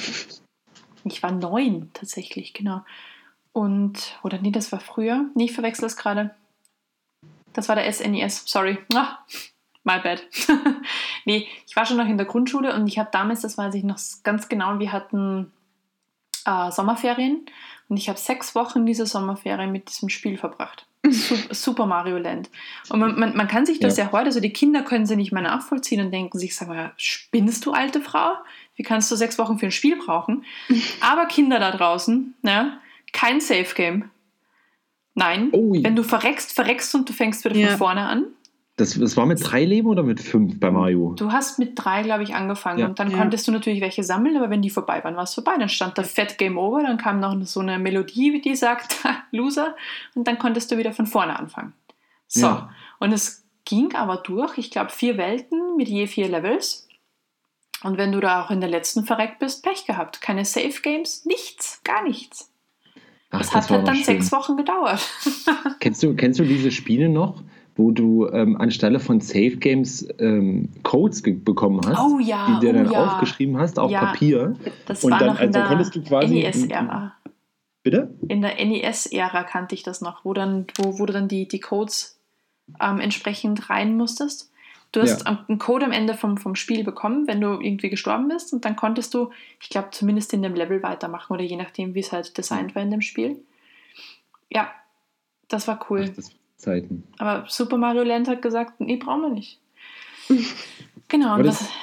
Ich war 9 tatsächlich, genau. Oder nee, das war früher. Nee, ich verwechsel das gerade. Das war der SNES, sorry. My bad. Nee, ich war schon noch in der Grundschule und ich habe damals, das weiß ich noch ganz genau, wir hatten Sommerferien und ich habe 6 Wochen diese Sommerferien mit diesem Spiel verbracht. Super Mario Land. Und man kann sich das ja heute, also die Kinder können sie nicht mehr nachvollziehen und denken sich, sag mal, spinnst du, alte Frau? Wie kannst du 6 Wochen für ein Spiel brauchen? Aber Kinder da draußen, kein Safe Game. Nein, wenn du verreckst und du fängst wieder von vorne an. Das war mit 3 Leben oder mit 5 bei Mario? Du hast mit 3, glaube ich, angefangen. Und dann konntest du natürlich welche sammeln, aber wenn die vorbei waren, war es vorbei. Dann stand da Fett Game Over, dann kam noch so eine Melodie, die sagt, Loser. Und dann konntest du wieder von vorne anfangen. So, und es ging aber durch, ich glaube, 4 Welten mit je 4 Levels. Und wenn du da auch in der letzten verreckt bist, Pech gehabt. Keine Safe Games, nichts, gar nichts. Das hat halt dann schön. 6 Wochen gedauert. Kennst du diese Spiele noch, wo du anstelle von Safe Games Codes bekommen hast, die dir dann aufgeschrieben hast auf Papier. Das war noch in der NES-Ära. Bitte? In der NES-Ära kannte ich das noch, wo du dann die Codes entsprechend rein musstest. Du hast einen Code am Ende vom Spiel bekommen, wenn du irgendwie gestorben bist und dann konntest du, ich glaube, zumindest in dem Level weitermachen oder je nachdem, wie es halt designt war in dem Spiel. Ja, das war cool. Zeiten. Aber Super Mario Land hat gesagt, nee, brauchen wir nicht. Genau, und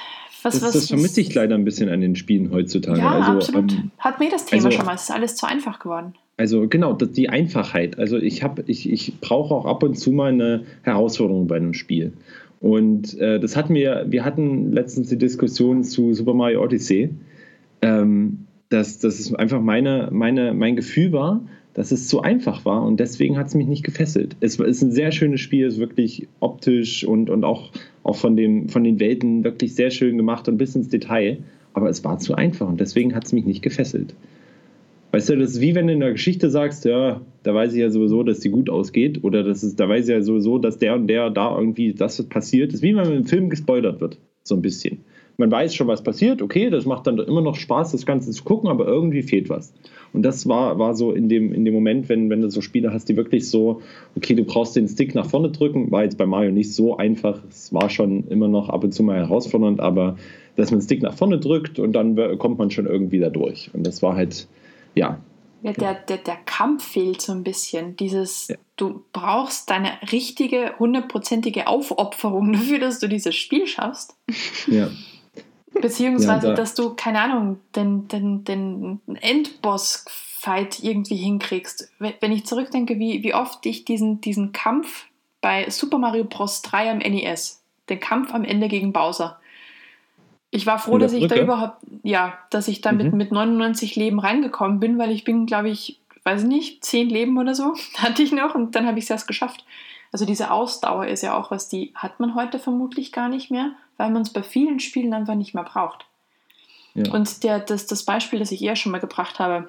Das vermisse ich leider ein bisschen an den Spielen heutzutage. Ja, absolut. Hat mir das Thema schon mal. Es ist alles zu einfach geworden. Also genau, die Einfachheit. Also ich brauche auch ab und zu mal eine Herausforderung bei einem Spiel. Und wir hatten letztens die Diskussion zu Super Mario Odyssey, dass es einfach mein Gefühl war, dass es zu einfach war und deswegen hat es mich nicht gefesselt. Es ist ein sehr schönes Spiel, es ist wirklich optisch und auch von den Welten wirklich sehr schön gemacht und bis ins Detail, aber es war zu einfach und deswegen hat es mich nicht gefesselt. Weißt du, das ist wie wenn du in der Geschichte sagst, ja, da weiß ich ja sowieso, dass die gut ausgeht oder da weiß ich ja sowieso, dass der und der da irgendwie das passiert. Das ist wie wenn man im Film gespoilert wird, so ein bisschen. Man weiß schon, was passiert, okay, das macht dann immer noch Spaß, das Ganze zu gucken, aber irgendwie fehlt was. Und das war so in dem Moment, wenn du so Spiele hast, die wirklich so, okay, du brauchst den Stick nach vorne drücken, war jetzt bei Mario nicht so einfach, es war schon immer noch ab und zu mal herausfordernd, aber dass man den Stick nach vorne drückt und dann kommt man schon irgendwie da durch. Und das war halt, ja. Ja, der Kampf fehlt so ein bisschen. Du brauchst deine richtige, 100%ige Aufopferung dafür, dass du dieses Spiel schaffst. Ja. Beziehungsweise, dass du, keine Ahnung, den Endboss-Fight irgendwie hinkriegst. Wenn ich zurückdenke, wie oft ich diesen Kampf bei Super Mario Bros. 3 am NES, den Kampf am Ende gegen Bowser, ich war froh, dass ich da überhaupt, dass ich da mit 99 Leben reingekommen bin, weil ich bin, glaube ich, weiß nicht, 10 Leben oder so hatte ich noch und dann habe ich es erst geschafft. Also diese Ausdauer ist ja auch was, die hat man heute vermutlich gar nicht mehr, weil man es bei vielen Spielen einfach nicht mehr braucht. Ja. Und das Beispiel, das ich eher schon mal gebracht habe,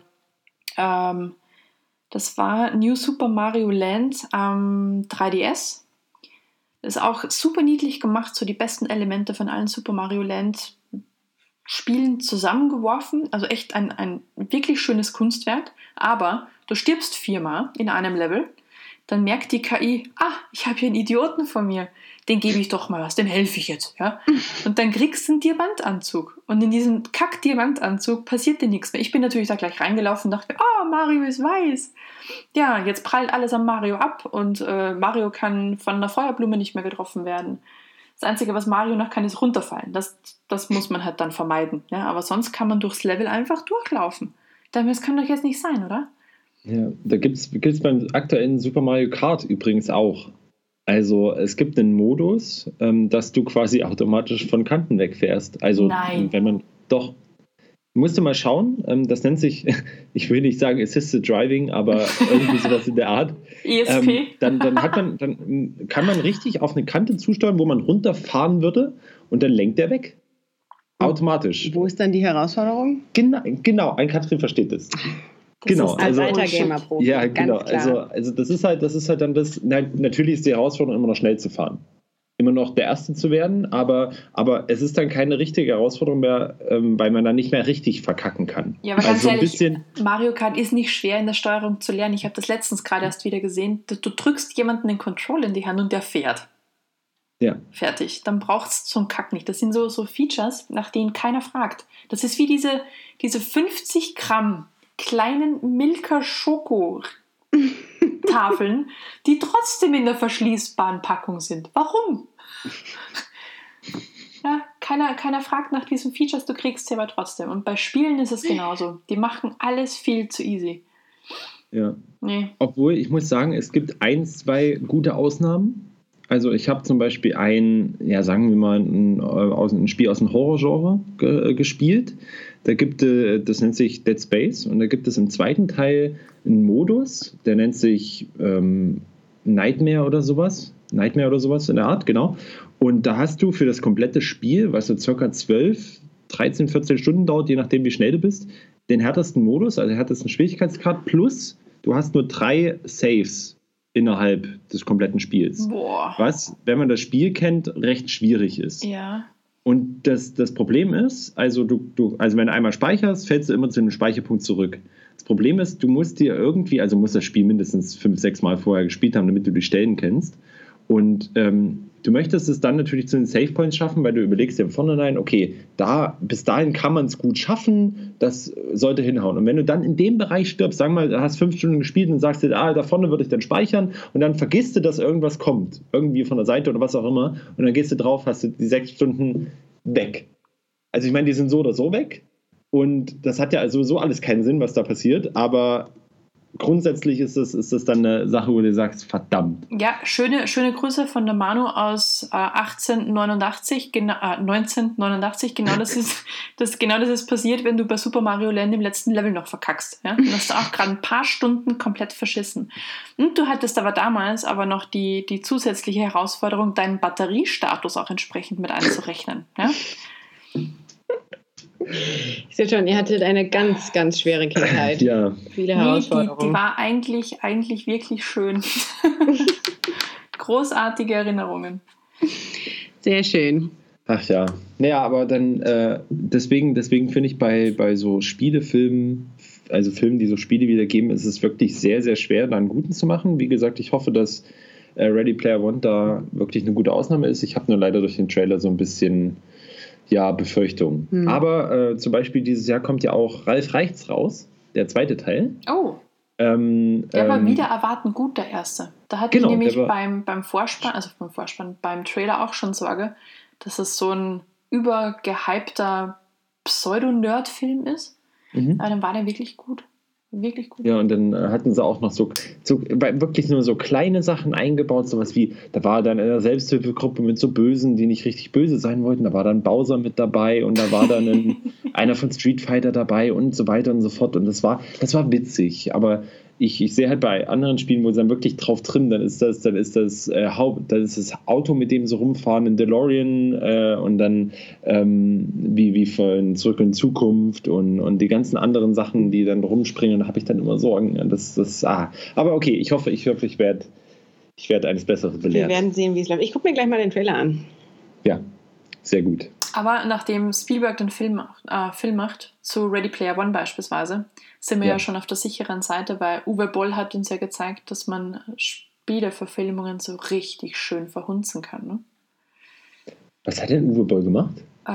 das war New Super Mario Land am 3DS. Das ist auch super niedlich gemacht, so die besten Elemente von allen Super Mario Land Spielen zusammengeworfen, also echt ein wirklich schönes Kunstwerk, aber du stirbst 4-mal in einem Level, dann merkt die KI, ich habe hier einen Idioten vor mir, den gebe ich doch mal was, dem helfe ich jetzt. Ja? Und dann kriegst du einen Diamantanzug. Und in diesem Kack-Diamantanzug passiert dir nichts mehr. Ich bin natürlich da gleich reingelaufen und dachte, Mario ist weiß. Ja, jetzt prallt alles am Mario ab und Mario kann von einer Feuerblume nicht mehr getroffen werden. Das Einzige, was Mario noch kann, ist runterfallen. Das muss man halt dann vermeiden. Ja? Aber sonst kann man durchs Level einfach durchlaufen. Das kann doch jetzt nicht sein, oder? Ja, da gibt's beim aktuellen Super Mario Kart übrigens auch. Also es gibt einen Modus, dass du quasi automatisch von Kanten wegfährst. Also Nein. Wenn man doch, musst du mal schauen, das nennt sich, ich will nicht sagen Assisted Driving, aber irgendwie sowas in der Art. ESP. Dann kann man richtig auf eine Kante zusteuern, wo man runterfahren würde und dann lenkt der weg. Automatisch. Wo ist dann die Herausforderung? Genau, ein Katrin versteht das. Genau, als alter Gamer-Profi. Ja, genau. Also das ist halt dann das. Natürlich ist die Herausforderung immer noch schnell zu fahren, immer noch der Erste zu werden, aber es ist dann keine richtige Herausforderung mehr, weil man dann nicht mehr richtig verkacken kann. Ja, aber ganz ehrlich, Mario Kart ist nicht schwer in der Steuerung zu lernen. Ich habe das letztens gerade erst wieder gesehen. Du drückst jemanden den Control in die Hand und der fährt. Ja. Fertig. Dann braucht es so einen Kack nicht. Das sind so Features, nach denen keiner fragt. Das ist wie diese 50 Gramm kleinen Milka-Schoko-Tafeln, die trotzdem in der verschließbaren Packung sind. Warum? Ja, keiner fragt nach diesen Features, du kriegst sie aber trotzdem. Und bei Spielen ist es genauso. Die machen alles viel zu easy. Ja. Nee. Obwohl, ich muss sagen, es gibt 2 gute Ausnahmen. Also ich habe zum Beispiel sagen wir mal, ein Spiel aus dem Horror-Genre gespielt. Das nennt sich Dead Space und da gibt es im zweiten Teil einen Modus, der nennt sich Nightmare oder sowas in der Art, genau. Und da hast du für das komplette Spiel, was so circa 12, 13, 14 Stunden dauert, je nachdem wie schnell du bist, den härtesten Modus, also den härtesten Schwierigkeitsgrad, plus du hast nur 3 Saves innerhalb des kompletten Spiels. Boah. Was, wenn man das Spiel kennt, recht schwierig ist. Ja. Und das Problem ist, also wenn du einmal speicherst, fällst du immer zu einem Speicherpunkt zurück. Das Problem ist, du musst dir irgendwie, also musst das Spiel mindestens 5-6 Mal vorher gespielt haben, damit du die Stellen kennst. Und du möchtest es dann natürlich zu den Savepoints schaffen, weil du überlegst dir im Vorhinein, okay, bis dahin kann man es gut schaffen, das sollte hinhauen. Und wenn du dann in dem Bereich stirbst, sagen wir mal, du hast 5 Stunden gespielt und sagst dir, da vorne würde ich dann speichern und dann vergisst du, dass irgendwas kommt, irgendwie von der Seite oder was auch immer und dann gehst du drauf, hast du die 6 Stunden weg. Also ich meine, die sind so oder so weg und das hat ja also sowieso alles keinen Sinn, was da passiert, aber grundsätzlich ist das dann eine Sache, wo du sagst, verdammt. Ja, schöne Grüße von der Manu aus 1989. Genau das ist passiert, wenn du bei Super Mario Land im letzten Level noch verkackst. Ja? Du hast auch gerade ein paar Stunden komplett verschissen. Und du hattest aber damals noch die zusätzliche Herausforderung, deinen Batteriestatus auch entsprechend mit einzurechnen. Ja? Ich sehe schon, ihr hattet eine ganz, ganz schwere Kindheit. Ja. Viele Herausforderungen. Die war eigentlich wirklich schön. Großartige Erinnerungen. Sehr schön. Ach ja. Naja, aber dann deswegen finde ich bei so Spielefilmen, also Filmen, die so Spiele wiedergeben, ist es wirklich sehr, sehr schwer, da einen guten zu machen. Wie gesagt, ich hoffe, dass Ready Player One da wirklich eine gute Ausnahme ist. Ich habe nur leider durch den Trailer so ein bisschen Befürchtung. Aber zum Beispiel dieses Jahr kommt ja auch Ralf Reichts raus, der zweite Teil. Oh. Der war wieder erwarten gut, der erste. Da hatte ich nämlich beim Trailer auch schon Sorge, dass es so ein übergehypter Pseudo-Nerd-Film ist. Aber dann war der wirklich gut. Wirklich gut. Ja, und dann hatten sie auch noch so wirklich nur so kleine Sachen eingebaut, sowas wie, da war dann eine Selbsthilfegruppe mit so Bösen, die nicht richtig böse sein wollten, da war dann Bowser mit dabei und da war dann einer von Street Fighter dabei und so weiter und so fort und das war witzig, aber ich sehe halt bei anderen Spielen, wo sie dann wirklich drauf trimmen, dann ist das Auto, mit dem sie rumfahren, in DeLorean und dann wie von Zurück in Zukunft und die ganzen anderen Sachen, die dann rumspringen, da habe ich dann immer Sorgen. Aber okay, ich hoffe, ich werde eines Besseren belehrt. Wir werden sehen, wie es läuft. Ich gucke mir gleich mal den Trailer an. Ja, sehr gut. Aber nachdem Spielberg den Film macht, zu Ready Player One beispielsweise, sind wir ja schon auf der sicheren Seite, weil Uwe Boll hat uns ja gezeigt, dass man Spieleverfilmungen so richtig schön verhunzen kann. Ne? Was hat denn Uwe Boll gemacht?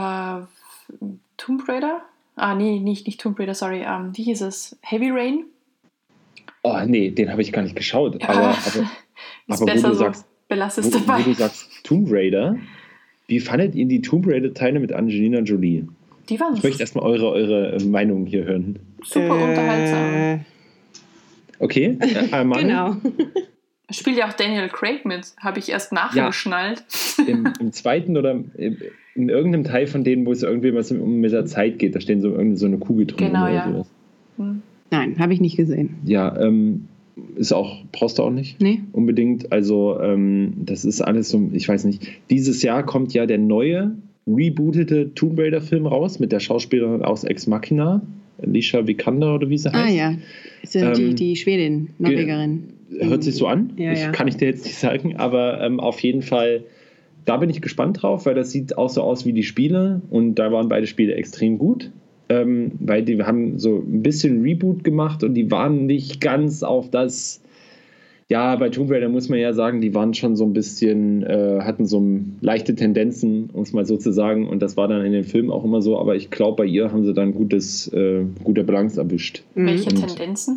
Tomb Raider? Nee, nicht Tomb Raider, sorry. Wie hieß es? Heavy Rain? Oh, nee, den habe ich gar nicht geschaut. Ja, aber ist besser so, belass es dabei. Wo du sagst Tomb Raider, wie fandet ihr die Tomb Raider-Teile mit Angelina Jolie? Die waren Ich möchte erstmal eure Meinung hier hören. Super unterhaltsam. Okay, genau. Spielt ja auch Daniel Craig mit, habe ich erst nachher geschnallt. Im zweiten oder in irgendeinem Teil von denen, wo es irgendwie was mit der Zeit geht, da stehen so eine Kugel drin. Genau, oder ja. sowas. Nein, habe ich nicht gesehen. Ja, brauchst du auch nicht? Nee. Unbedingt. Also, das ist alles so, ich weiß nicht. Dieses Jahr kommt ja der neue, rebootete Tomb Raider-Film raus mit der Schauspielerin aus Ex Machina, Alicia Vikander oder wie sie heißt. Ah ja, ist die Schwedin, Norwegerin. Hört sich so an. Ja, Kann ich dir jetzt nicht sagen, aber auf jeden Fall, da bin ich gespannt drauf, weil das sieht auch so aus wie die Spiele und da waren beide Spiele extrem gut. Weil die haben so ein bisschen Reboot gemacht und die waren nicht ganz auf das, bei Tomb Raider muss man ja sagen, die waren schon so ein bisschen, hatten so leichte Tendenzen, um es mal so zu sagen, und das war dann in den Filmen auch immer so, aber ich glaube, bei ihr haben sie dann gute Balance erwischt. Welche Tendenzen?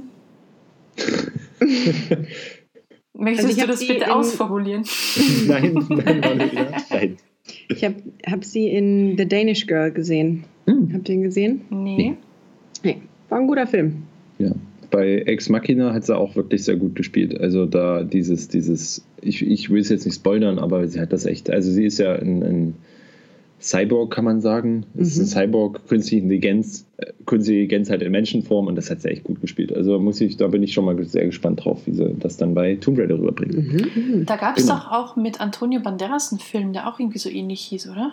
Möchtest du das bitte ausformulieren? Nein, nein. Ich hab sie in The Danish Girl gesehen. Habt ihr ihn gesehen? Nee. War ein guter Film. Ja, bei Ex Machina hat sie auch wirklich sehr gut gespielt. Also da ich will es jetzt nicht spoilern, aber sie hat das echt, also sie ist ja ein Cyborg, kann man sagen. Es ist ein Cyborg, künstliche Intelligenz halt in Menschenform und das hat sie echt gut gespielt. Also da bin ich schon mal sehr gespannt drauf, wie sie das dann bei Tomb Raider rüberbringen. Da gab es doch auch mit Antonio Banderas einen Film, der auch irgendwie so ähnlich hieß, oder?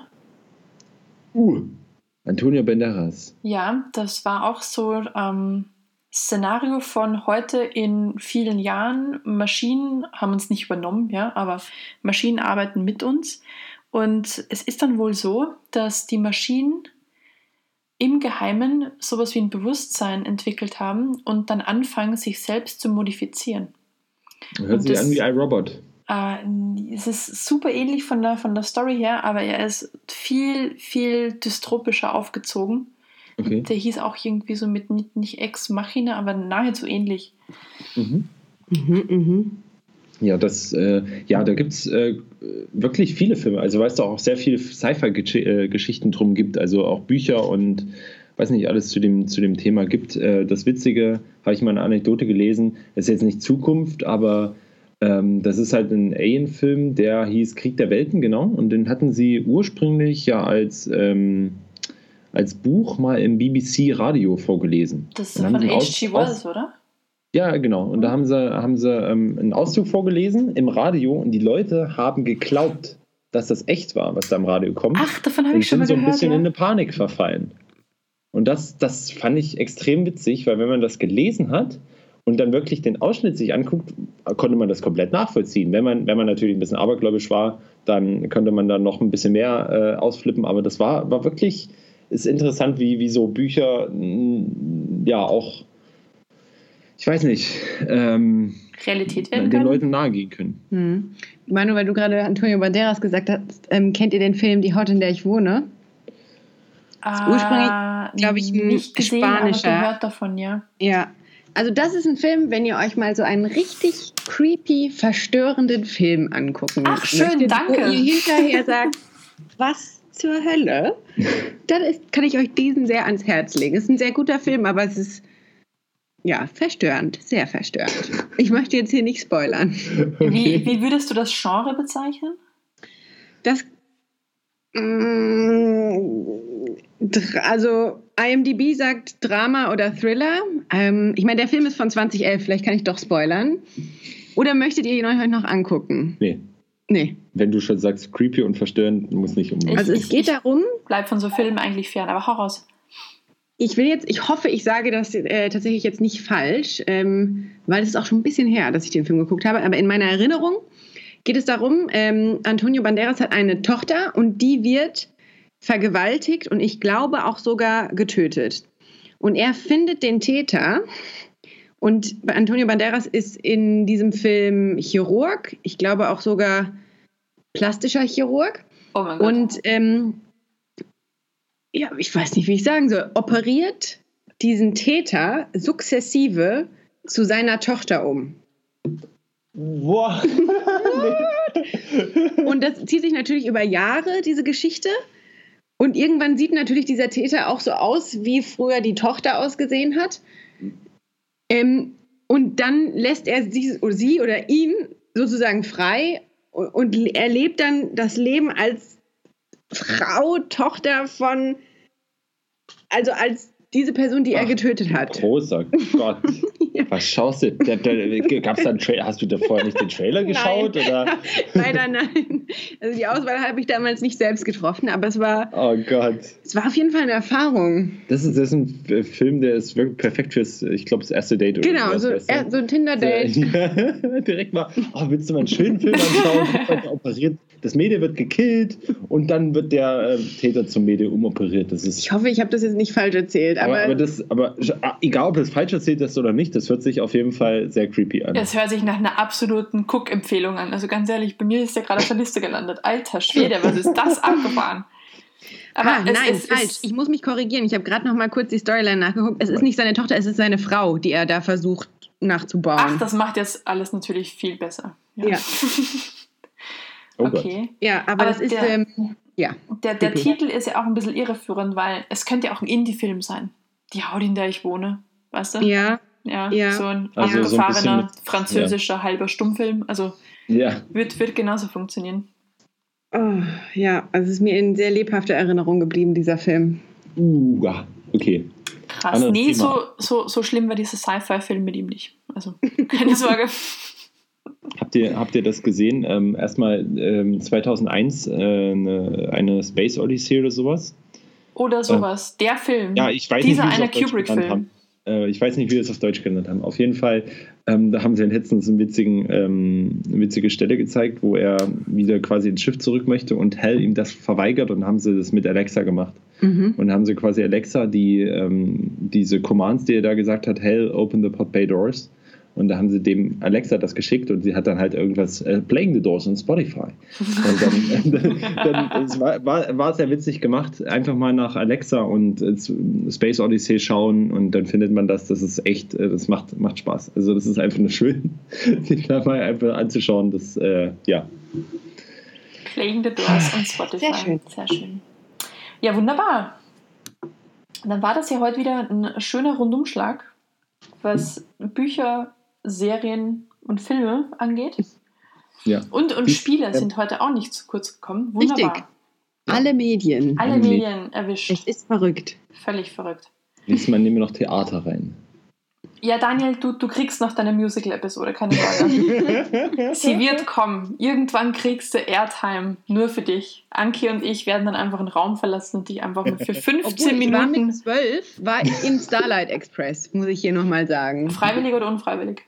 Antonio Banderas. Ja, das war auch so Szenario von heute in vielen Jahren. Maschinen haben uns nicht übernommen, ja, aber Maschinen arbeiten mit uns. Und es ist dann wohl so, dass die Maschinen im Geheimen sowas wie ein Bewusstsein entwickelt haben und dann anfangen, sich selbst zu modifizieren. Hört sich an wie iRobot. Es ist super ähnlich von der Story her, aber er ist viel, viel dystopischer aufgezogen. Okay. Der hieß auch irgendwie so mit nicht Ex Machina, aber nahezu ähnlich. Ja, da gibt es wirklich viele Filme. Also weißt du auch sehr viele Sci-Fi-Geschichten drum gibt, also auch Bücher und weiß nicht, alles zu dem Thema gibt. Das Witzige, habe ich mal eine Anekdote gelesen, ist jetzt nicht Zukunft, aber das ist halt ein Alien-Film, der hieß Krieg der Welten, genau. Und den hatten sie ursprünglich ja als Buch mal im BBC-Radio vorgelesen. Das ist von H.G. Wells, oder? Ja, genau. Und da haben sie einen Auszug vorgelesen im Radio und die Leute haben geglaubt, dass das echt war, was da im Radio kommt. Ach, davon habe ich schon mal gehört. Und sind so ein bisschen ja. in eine Panik verfallen. Und das fand ich extrem witzig, weil wenn man das gelesen hat und dann wirklich den Ausschnitt sich anguckt, konnte man das komplett nachvollziehen. Wenn man natürlich ein bisschen abergläubisch war, dann könnte man da noch ein bisschen mehr ausflippen. Aber das war wirklich, ist interessant, wie so Bücher ja auch, ich weiß nicht, Realität werden den Leuten nahegehen können. Manu, weil du gerade Antonio Banderas gesagt hast, kennt ihr den Film Die Haut, in der ich wohne? Ursprünglich, glaube ich, nicht gesehen, spanischer. Aber gehört davon, ja. Ja, also das ist ein Film, wenn ihr euch mal so einen richtig creepy, verstörenden Film angucken Ach, schön, danke. Wo ihr hinterher sagt, was zur Hölle, dann kann ich euch diesen sehr ans Herz legen. Es ist ein sehr guter Film, aber es ist ja verstörend, sehr verstörend. Ich möchte jetzt hier nicht spoilern. Okay. Wie würdest du das Genre bezeichnen? Das also IMDb sagt Drama oder Thriller. Ich meine, der Film ist von 2011, vielleicht kann ich doch spoilern. Oder möchtet ihr ihn euch noch angucken? Nee. Wenn du schon sagst, creepy und verstörend, muss nicht unbedingt. Also es geht darum... Bleib von so Filmen eigentlich fern, aber hau raus. Ich hoffe, ich sage das tatsächlich jetzt nicht falsch, weil es ist auch schon ein bisschen her, dass ich den Film geguckt habe. Aber in meiner Erinnerung geht es darum, Antonio Banderas hat eine Tochter und die wird vergewaltigt und ich glaube auch sogar getötet. Und er findet den Täter und Antonio Banderas ist in diesem Film Chirurg, ich glaube auch sogar plastischer Chirurg. Oh mein Gott. Und ja, ich weiß nicht, wie ich sagen soll, operiert diesen Täter sukzessive zu seiner Tochter um. Wow. Und das zieht sich natürlich über Jahre, diese Geschichte. Und irgendwann sieht natürlich dieser Täter auch so aus, wie früher die Tochter ausgesehen hat. Und dann lässt er sie oder ihn sozusagen frei und er lebt dann das Leben als Frau, Tochter von, also als diese Person, die er getötet hat. Großer Gott. Ja. Was schaust du? Gab's da einen Trailer? Hast du da vorher nicht den Trailer geschaut? Nein. Oder? Leider nein. Also die Auswahl habe ich damals nicht selbst getroffen, aber es war Oh Gott. Es war auf jeden Fall eine Erfahrung. Das ist ein Film, der ist wirklich perfekt fürs, ich glaube, das erste Date. Oder genau, so ein Tinder-Date. Ja, direkt mal, willst du mal einen schönen Film anschauen? Operiert. Das Mädel wird gekillt und dann wird der Täter zum Mädel umoperiert. Ich hoffe, ich habe das jetzt nicht falsch erzählt. Aber egal, ob das falsch erzählt ist oder nicht, das hört sich auf jeden Fall sehr creepy an. Es hört sich nach einer absoluten Cook-Empfehlung an. Also ganz ehrlich, bei mir ist der gerade auf der Liste gelandet. Alter Schwede, was ist das abgefahren? Aber falsch. Ich muss mich korrigieren. Ich habe gerade noch mal kurz die Storyline nachgeguckt. Es ist nicht seine Tochter, es ist seine Frau, die er da versucht nachzubauen. Ach, das macht jetzt alles natürlich viel besser. Ja. Oh okay. Gott. Ja, aber das ist, Der Titel ist ja auch ein bisschen irreführend, weil es könnte ja auch ein Indie-Film sein. Die Haut, in der ich wohne, weißt du? Ja. So ein abgefahrener, französischer, halber Stummfilm. Also wird genauso funktionieren. Oh, ja, also es ist mir in sehr lebhafter Erinnerung geblieben, dieser Film. Okay. Krass. Nee, so schlimm war dieser Sci-Fi-Film mit ihm nicht. Also, keine Sorge. Habt ihr das gesehen? Erstmal 2001 eine Space Odyssey oder sowas? Oder sowas. Der Film. Ja, ich weiß Dieser nicht, wie eine Kubrick-Film. Ich weiß nicht, wie wir es auf Deutsch genannt haben. Auf jeden Fall, da haben sie letztens eine witzige Stelle gezeigt, wo er wieder quasi ins Schiff zurück möchte und Hal ihm das verweigert und haben sie das mit Alexa gemacht. Mhm. Und haben sie quasi Alexa diese Commands, die er da gesagt hat, Hal, open the pod bay doors, Und da haben sie dem Alexa das geschickt und sie hat dann halt irgendwas Playing the Doors on Spotify. Und dann es war sehr witzig gemacht. Einfach mal nach Alexa und Space Odyssey schauen und dann findet man das. Das ist echt, das macht Spaß. Also das ist einfach nur schön, sich da mal einfach anzuschauen. Das, ja. Playing the Doors on Spotify. Sehr schön. Sehr schön. Ja, wunderbar. Dann war das ja heute wieder ein schöner Rundumschlag, was Bücher, Serien und Filme angeht. Ja. Und Spiele sind heute auch nicht zu kurz gekommen. Wunderbar. Richtig. Alle Medien. Alle Medien erwischt. Es ist verrückt. Völlig verrückt. Diesmal nehmen wir noch Theater rein. Ja, Daniel, du kriegst noch deine Musical-Episode, keine Sorge. Sie wird kommen. Irgendwann kriegst du Airtime, nur für dich. Anki und ich werden dann einfach einen Raum verlassen und dich einfach mal für 15 Obwohl, Minuten... Ich war mit 12, war ich im Starlight Express, muss ich hier nochmal sagen. Freiwillig oder unfreiwillig?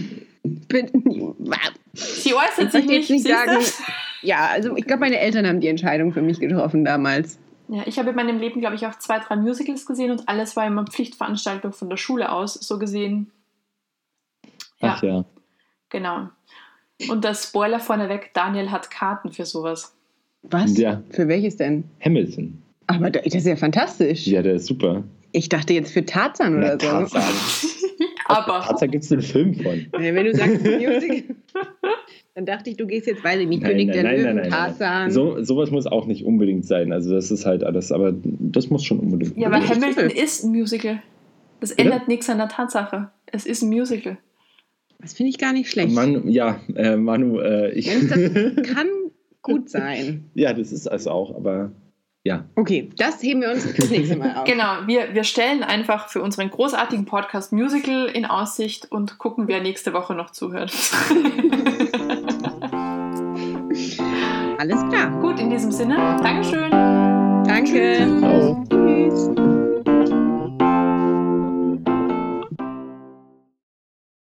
Sie äußert Ich sich möchte jetzt nicht, nicht sagen, siehst ja, also ich glaube, meine Eltern haben die Entscheidung für mich getroffen damals. du? Ja, ich habe in meinem Leben, glaube ich, auch 2, 3 Musicals gesehen und alles war immer Pflichtveranstaltung von der Schule aus, so gesehen. Ja, Ach ja. genau. Und das Spoiler vorneweg, Daniel hat Karten für sowas. Was? Ja. Für welches denn? Hamilton. Aber das ist ja fantastisch. Ja, der ist super. Ich dachte jetzt für Tarzan oder so. Tarzan. Aber Tarzan gibt es einen Film von. Ja, wenn du sagst Musical, dann dachte ich, du gehst jetzt, weiß ich nicht, König der Löwen, Tarzan. Sowas muss auch nicht unbedingt sein. Also das ist halt alles, aber das muss schon unbedingt. ja, aber Ja, Hamilton ist ein Musical. Das Bitte? ändert nichts an der Tatsache. Es ist ein Musical. Das finde ich gar nicht schlecht. Manu, ich. Wenn es das kann gut sein. Ja, das ist es auch, aber ja. Okay, das heben wir uns das nächste Mal auf. Genau, wir stellen einfach für unseren großartigen Podcast Musical in Aussicht und gucken, wer nächste Woche noch zuhört. Alles klar. Gut, in diesem Sinne, Dankeschön. Danke. Ciao. Tschüss.